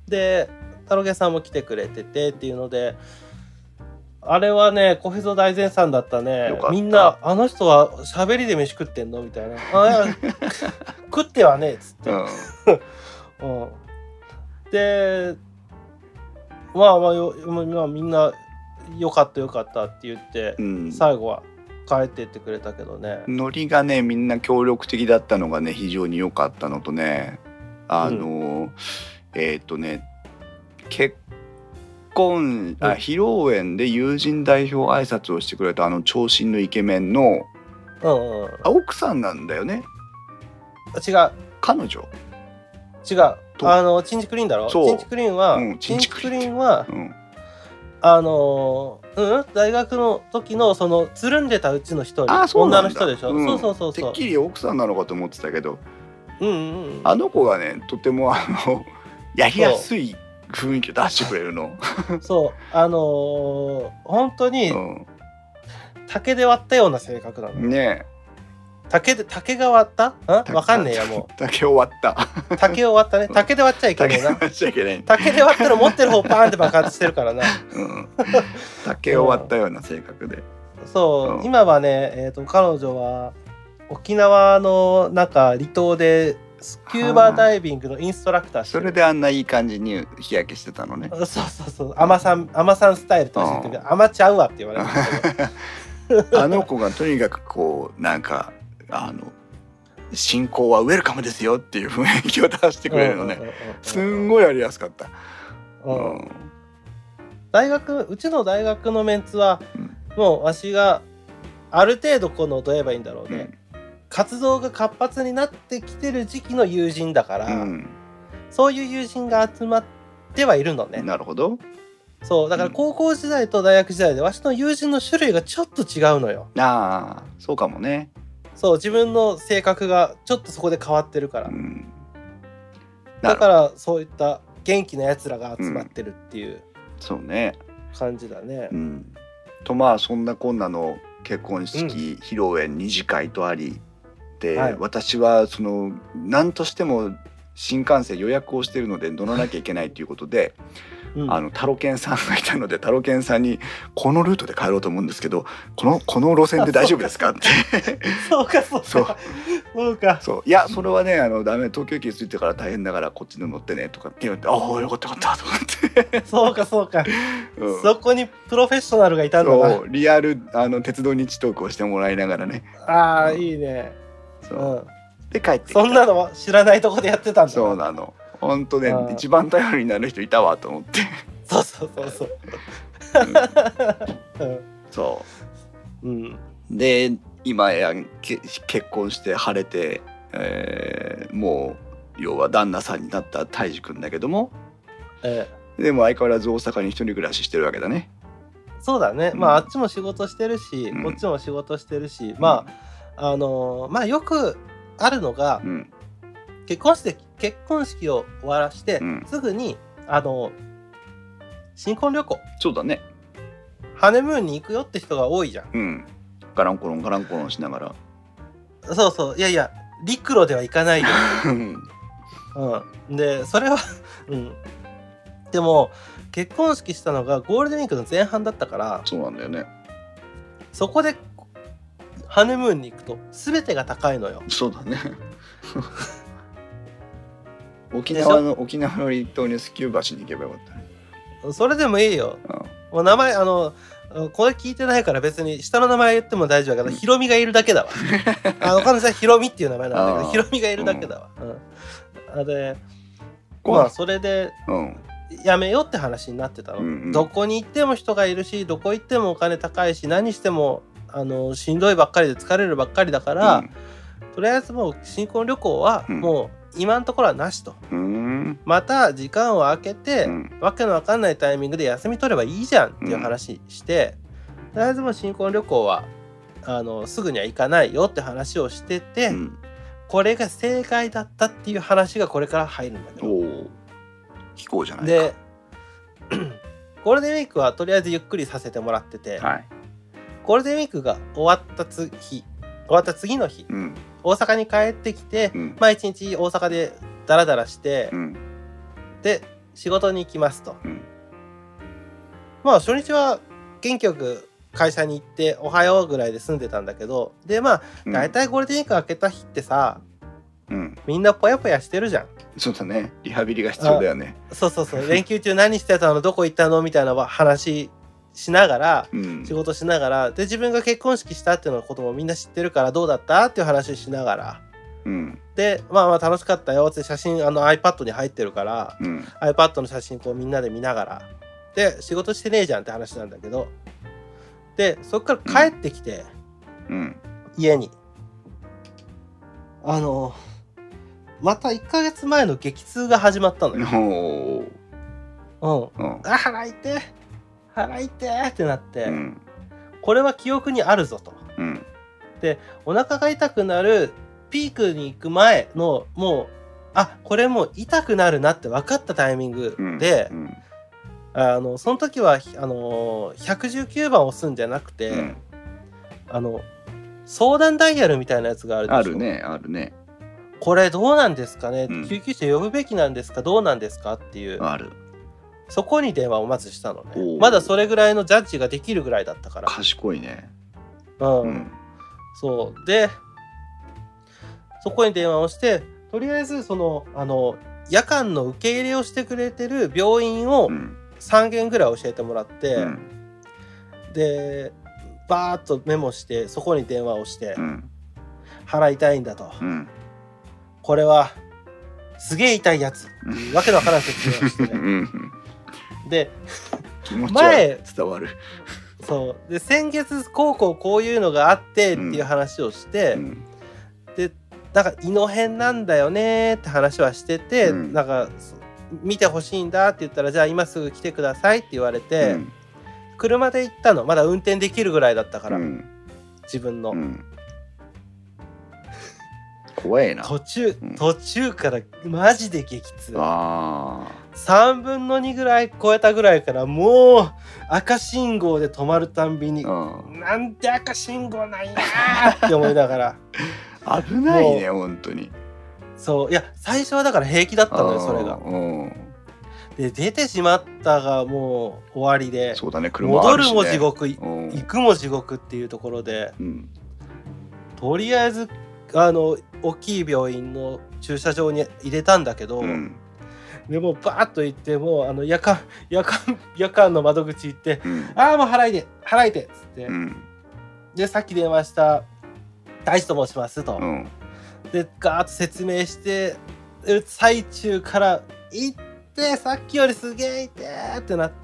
でタロンケンさんも来てくれててっていうので、あれはね小秘蔵大絶賛だったね。みんなあの人は喋りで飯食ってんのみたいなあいや食ってはねえっつって、うんうん、でまあまあよ、まあ、みんなよかったよかったって言って、うん、最後は帰ってってくれたけどね。 ノリがねみんな協力的だったのがね非常に良かったのとね、あの、うん、えっとね結婚、うん、あ披露宴で友人代表挨拶をしてくれたあの長身のイケメンの、うんうん、奥さんなんだよね。 違う、 彼女違う、あのチンチクリンだろ。チンチクリンは、うん、チンチクリンは、うん、あのー、うん大学の時のそのつるんでたうちの一人、女の人でしょ、うん、そうそうそうそう。 てっきり奥さんなのかと思ってたけど、 うんうんうん、 あの子がねとてもあのやりやすい雰囲気を出してくれるの。 そうあのー、本当に、うん、竹で割ったような性格なのね。 竹で竹が割った？ん？わかんねえやもう。 竹を割った。 竹を割ったね。竹で割っちゃいけないな。 竹で割っちゃいけない。 竹で割ったら持ってる方パーンって爆発してるからな。うん、 竹を割ったような性格で。 そう、うん、今はね、えっと彼女は沖縄のなんか離島でスキューバダイビングのインストラクターしてる。 それであんないい感じに日焼けしてたのね。 そうそうそう。アマさんアマさんスタイルとかしてるけど、アマちゃうわって言われるけど。あの子がとにかくこうなんか。あの進行はウェルカムですよっていう雰囲気を出してくれるのね。すんごいやりやすかった、 うんうん、大学うちの大学のメンツは、うん、もうわしがある程度このどう言えばいいんだろうね、うん、活動が活発になってきてる時期の友人だから、うん、そういう友人が集まってはいるのね。 なるほど。 そうだから高校時代と大学時代でわしの友人の種類がちょっと違うのよ。 ああそうかもね。 そう自分の性格がちょっとそこで変わってるから、うん、だからそういった元気なやつらが集まってるっていう、うん、 そうね感じだね、 うん、とまあそんなこんなの結婚式、うん、披露宴二次会とありで、はい、私はその何としても新幹線予約をしているので乗らなきゃいけないということでうん、あのタロケンさんがいたのでタロケンさんにこのルートで帰ろうと思うんですけどこのこの路線で大丈夫ですかってそうかそうかそうそうかそういやそれはねあのダメ東京駅に着いてから大変だからこっちで乗ってねとかって言ってああよかったよかったと思ってそうかそうか、うん、そこにプロフェッショナルがいたんだな。 そうリアルあの鉄道日トークをしてもらいながらねああ、うん、いいねそう、うん、で帰ってきた。 そんなの知らないとこでやってたんだ。 そうなの本当ね一番頼りになる人いたわと思ってそうそうそうそう、 うん、そう、うん、で今や結婚して晴れて、えー、もう要は旦那さんになった泰治くんだけども、ええ、でも相変わらず大阪に一人暮らししてるわけだね。 そうだね、うん、まああっちも仕事してるし、うん、こっちも仕事してるし、うん、まああのー、まあよくあるのが、うん、結婚して結婚式を終わらして、うん、すぐにあの新婚旅行そうだねハネムーンに行くよって人が多いじゃん、 うん、ガランコロンガランコロンしながらそうそういやいや陸路では行かないよ、うん、でそれは、うん、でも結婚式したのがゴールデンウィークの前半だったからそうなんだよねそこでハネムーンに行くと全てが高いのよ。 そうだね沖縄の沖縄の離島にスキューバしに行けばよかったね。 それでもいいよ、うん、もう名前あのこれ聞いてないから別に下の名前言っても大丈夫だけど、うん、ヒロミがいるだけだわあの彼女はヒロミっていう名前なんだけどヒロミがいるだけだわ、うん、あでまあそれで、うん、やめようって話になってたの、うんうん、どこに行っても人がいるしどこ行ってもお金高いし何してもあのしんどいばっかりで疲れるばっかりだから、うん、とりあえずもう新婚旅行はもう今のところはなしと、うん、また時間を空けて、うん、わけのわかんないタイミングで休み取ればいいじゃんっていう話して、うん、とりあえずもう新婚旅行はあのすぐには行かないよって話をしてて、うん、これが正解だったっていう話がこれから入るんだけど聞こうじゃないか。 でゴールデンウィークはとりあえずゆっくりさせてもらってて、はい、ゴールデンウィークが終わった次終わった次の日、うん、大阪に帰ってきて、うん、まあ一日大阪でダラダラして、うん、で仕事に行きますと、うん、まあ初日は元気よく会社に行っておはようぐらいで済んでたんだけどでまあ大体ゴールデンウィーク明けた日ってさ、うん、みんなぽやぽやしてるじゃん。 そうだねリハビリが必要だよね。 そうそうそう連休中何してたのどこ行ったのみたいな話しながら、うん、仕事しながらで自分が結婚式したっていうのこともみんな知ってるからどうだったっていう話しながら、うん、でまあまあ楽しかったよって写真あの iPad に入ってるから、うん、iPad の写真こうみんなで見ながらで仕事してねえじゃんって話なんだけどでそっから帰ってきて、うん、家にあのまたいっかげつまえの激痛が始まったのよ。うん、うん、あ腹痛い腹痛いってなって、うん、これは記憶にあるぞと、うん、でお腹が痛くなるピークに行く前のもうあこれもう痛くなるなって分かったタイミングで、うんうん、あのその時はあのひゃくじゅうきゅうばん押すんじゃなくて、うん、あの相談ダイヤルみたいなやつがあるでしょ。 あるねあるね。 これどうなんですかね、うん、救急車呼ぶべきなんですかどうなんですかっていうあるそこに電話をまずしたのね。まだそれぐらいのジャッジができるぐらいだったから。 賢いね。 うん。うん、そうで、そこに電話をして、とりあえずそのあの夜間の受け入れをしてくれてる病院をさんけんぐらい教えてもらって、うん、でバーッとメモしてそこに電話をして、うん、腹痛いんだと、うん、これはすげえ痛いやつ、うん、わけのわからん説明をしてね。うんで気持ちは伝わる。 そうで先月こうこうこういうのがあってっていう話をして、うん、でなんか胃の辺なんだよねって話はしてて、うん、なんか見てほしいんだって言ったらじゃあ今すぐ来てくださいって言われて、うん、車で行ったのまだ運転できるぐらいだったから、うん、自分の、うん、 怖えな。 途中、うん、途中からマジで激痛。あさんぶんのにぐらい超えたぐらいからもう赤信号で止まるたんびに、うん、なんて赤信号なんやって思いながら危ないね本当に。 そういや最初はだから平気だったのよそれが。 で出てしまったがもう終わりで、 そうだね、車あるしね、 戻るも地獄、行くも地獄っていうところで、うん、とりあえずあの大きい病院の駐車場に入れたんだけど、うん、でもうバーッと行ってもうあの夜間夜間夜間の窓口行って、うん、ああもう払いで払いでっつって、うん、でさっき電話した大地と申しますと、うん、でガーッと説明して最中から行ってさっきよりすげえ痛えってなって、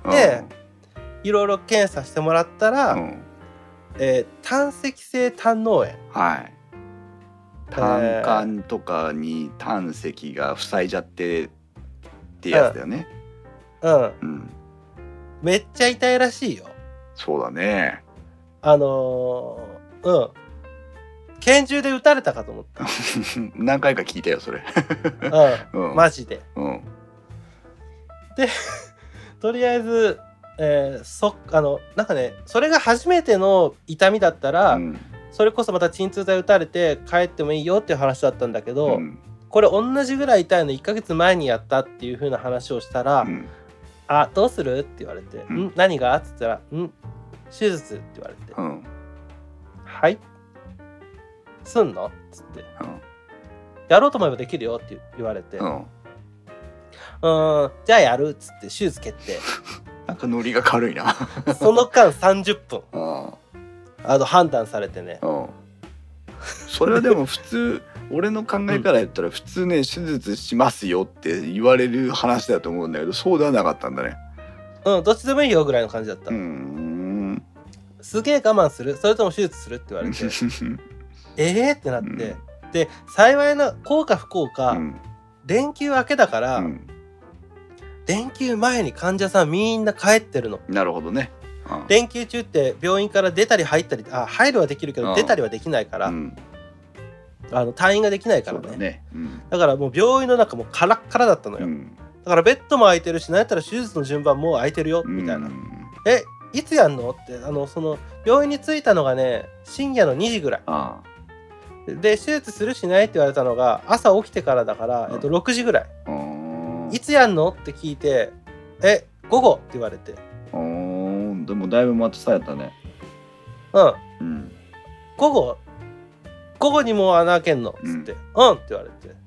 うん、いろいろ検査してもらったら、うんえー、胆石性胆嚢炎、はい、 胆管とかに胆石が塞いじゃってってやつだよね、 うん、うんうん、めっちゃ痛いらしいよ。 そうだね。 あのー、うん拳銃で撃たれたかと思った何回か聞いたよそれうん、うん、マジで、うん、でとりあえず、えー、そあのなんかねそれが初めての痛みだったら、うん、それこそまた鎮痛剤打たれて帰ってもいいよっていう話だったんだけど、うん、これ同じぐらい痛いのいっかげつまえにやったっていう風な話をしたら、うん、あどうするって言われて、うん、ん何がって言ったらん手術って言われて、うん、はいすんのっつって、うん、やろうと思えばできるよって言われて、うん、うーんじゃあやるっつって手術決定なんかノリが軽いなその間さんじゅっぷん、うん、あの判断されてね、うん、 それはでも普通俺の考えから言ったら普通ね、うん、手術しますよって言われる話だと思うんだけどそうではなかったんだね。 うんどっちでもいいよぐらいの感じだった。うーんすげえ我慢するそれとも手術するって言われてえーってなって、うん、で幸いな幸か不幸か、うん、連休明けだから、うん、連休前に患者さんみんな帰ってるの。 なるほどね、 うん、連休中って病院から出たり入ったりあ入るはできるけど出たりはできないから、うん、あの退院ができないから ね, だ, ね、うん、だからもう病院の中もカラッカラだったのよ、うん、だからベッドも空いてるし何やったら手術の順番も空いてるよみたいな、うん、えいつやんのってあのその病院に着いたのがね深夜のにじぐらい。ああで手術するしないって言われたのが朝起きてからだから、うんえっと、ろくじぐらい。いつやんのって聞いてえ午後って言われておでもだいぶ待たされたね。 うん、うん、午後午後にもう穴開けんのっつって、うん、うんって言われて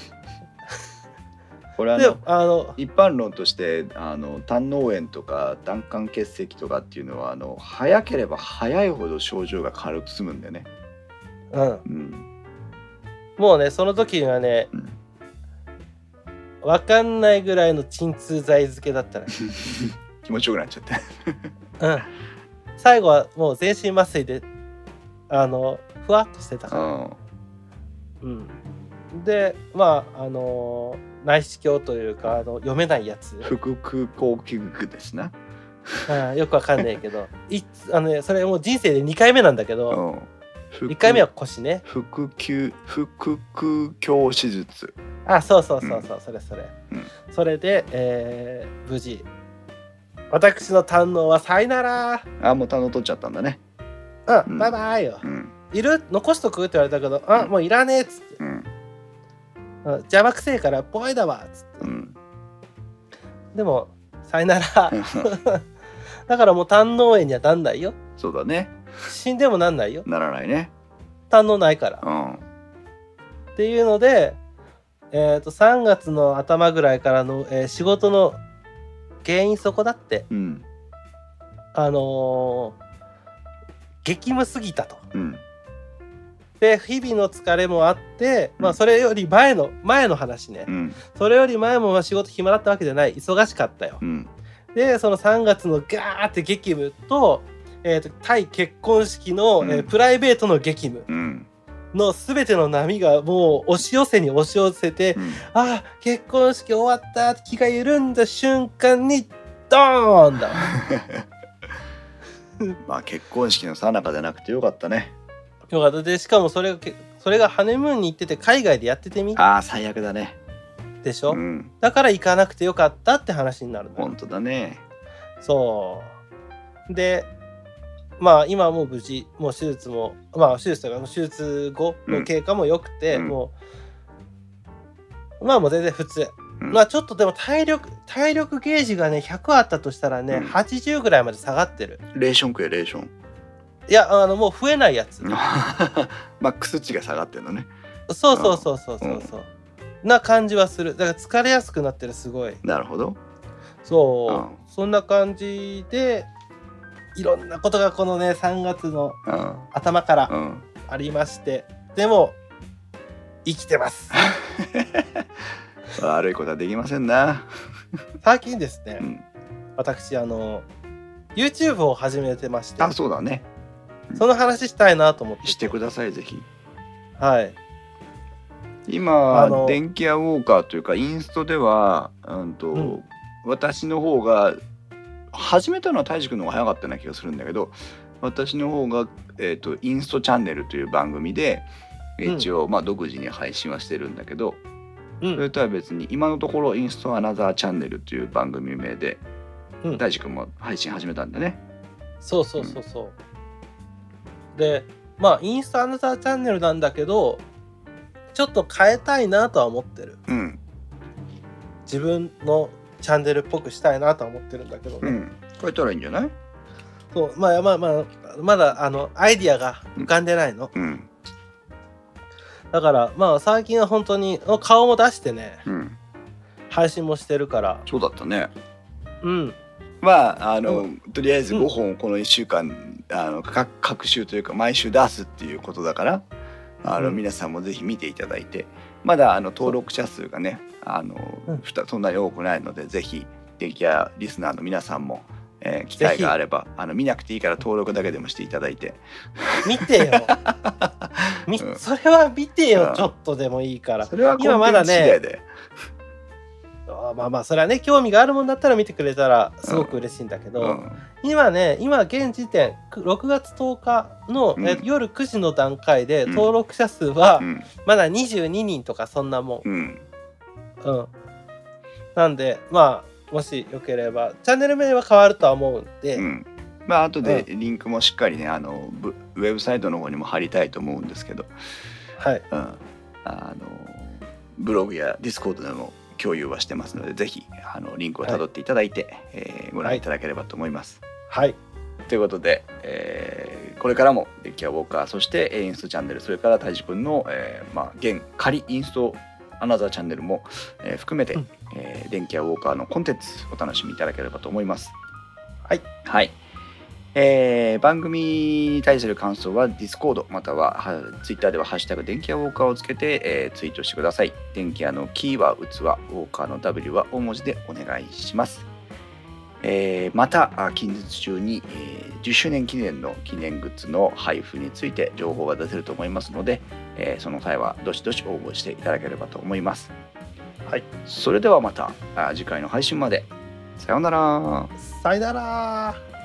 これあのあの一般論としてあの胆嚢炎とか胆管結石とかっていうのはあの早ければ早いほど症状が軽く済むんだよね。うんうん、 もうねその時にはね、うん、分かんないぐらいの鎮痛剤漬けだったら気持ちよくなっちゃってうん、最後はもう全身麻酔であのふわっとしてたから、うん、でまああの内視鏡というかあの読めないやつ腹腔鏡器具ですなあよくわかんないけどいあの、ね、それもう人生でにかいめなんだけど、うん、いっかいめは腰ね腹腔腹腔鏡手術あそうそうそうそう、うん、それそれ、うん、それで、えー、無事私の胆嚢はさいならあもう胆嚢取っちゃったんだねうん、うん、バイバイよ、うん、いる残しとくって言われたけどあ、うん、もういらねえっつって、うん、邪魔くせえからポイだわっつって、うん、でもさいならだからもう胆嚢炎にはなんないよ。 そうだね死んでもなんないよ。 ならないね胆嚢ないから、うん、っていうので、えー、とさんがつの頭ぐらいからの、えー、仕事の原因そこだって、うん、あのー、激務すぎたと、うん、で日々の疲れもあって、うん、まあそれより前の前の話ね、うん、それより前も仕事暇だったわけじゃない忙しかったよ、うん、でそのさんがつのガーって激務と、えー、と対結婚式の、うんえー、プライベートの激務、うんの全ての波がもう押し寄せに押し寄せて、うん、あ結婚式終わった気が緩んだ瞬間にドーンだまあ結婚式の最中じゃなくてよかったね。 よかった。でしかもそれがそれがハネムーンに行ってて海外でやっててみああ最悪だねでしょ、うん、だから行かなくてよかったって話になるんだ。 本当だね。 そうでまあ今はもう無事もう手術もまあ手術とか手術後の経過も良くて、うん、もうまあもう全然普通、 うん、まあちょっとでも体力体力ゲージがねひゃくあったとしたらね、うん、はちじゅうぐらいまで下がってる。 レーションくやレーション。 いやあのもう増えないやつ。 マックス値が下がってるのね。 そうそうそうそうそうそう、うん、な感じはする。だから疲れやすくなってる。すごい。 なるほど。 そう、うん、そんな感じでいろんなことがこのねさんがつの頭からありまして、うん、でも生きてます悪いことはできませんな最近ですね、うん、私あの YouTube を始めてまして。 あ、そうだね、 その話したいなと思ってしてください、ぜひ。 はい。 今電気屋ウォーカーというかインストでは、うんとうん、私の方が始めたのは泰治君の方が早かったような気がするんだけど、私の方が、えーと、インストチャンネルという番組で一応、うん、まあ、独自に配信はしてるんだけど、うん、それとは別に今のところインストアナザーチャンネルという番組名で泰治君も配信始めたんだね。 そうそうそうそう、うん、でまあインストアナザーチャンネルなんだけどちょっと変えたいなとは思ってる、うん、自分のチャンネルっぽくしたいなとは思ってるんだけどね、うん、 変えたらいいんじゃない？ そうまあまあまあまだあのアイディアが浮かんでないの、うん、だからまあ最近は本当に顔も出してね、うん、配信もしてるから。 そうだったね。 うん。 まああの、うん、とりあえずごほんこのいっしゅうかん、うん、あの各週というか毎週出すっていうことだから、あの、うん、皆さんもぜひ見ていただいて、まだあの登録者数がねあの、うん、そんなに多くないので、ぜひ電気屋リスナーの皆さんも、えー、機会があればあの見なくていいから登録だけでもしていただいて見てよみ、うん、それは見てよ、うん、ちょっとでもいいから。 それはコンテンツ次第で、 まあまあそれはね興味があるもんだったら見てくれたらすごく嬉しいんだけど、うん、今ね今現時点ろくがつとおかの、うん、え夜くじの段階で登録者数はまだにじゅうににんとかそんなもん、うんうん、なんでまあもしよければチャンネル名は変わるとは思うんで、うん、 まあ後でリンクもしっかりねあのウェブサイトの方にも貼りたいと思うんですけど、 はい、 うん、あのブログやディスコードでも共有はしてますので、ぜひあのリンクをたどっていただいて、はいえー、ご覧いただければと思います。 はい。 ということで、えー、これからも電気屋ウォーカー、そしてインストチャンネル、それから泰治君の、えーまあ、現仮インストアナザーチャンネルも、えー、含めて、うんえー、電気屋ウォーカーのコンテンツお楽しみいただければと思います。 はい。 はい。えー、番組に対する感想は Discord または Twitter ではハッシュタグ電気屋ウォーカーをつけて、えー、ツイートしてください。電気屋のキーは器、ウォーカーの W は大文字でお願いします。えー、また近日中に、えー、じゅっしゅうねん記念の記念グッズの配布について情報が出せると思いますので、えー、その際はどしどし応募していただければと思います。 はい。 それではまた次回の配信まで。さようなら。 さよなら。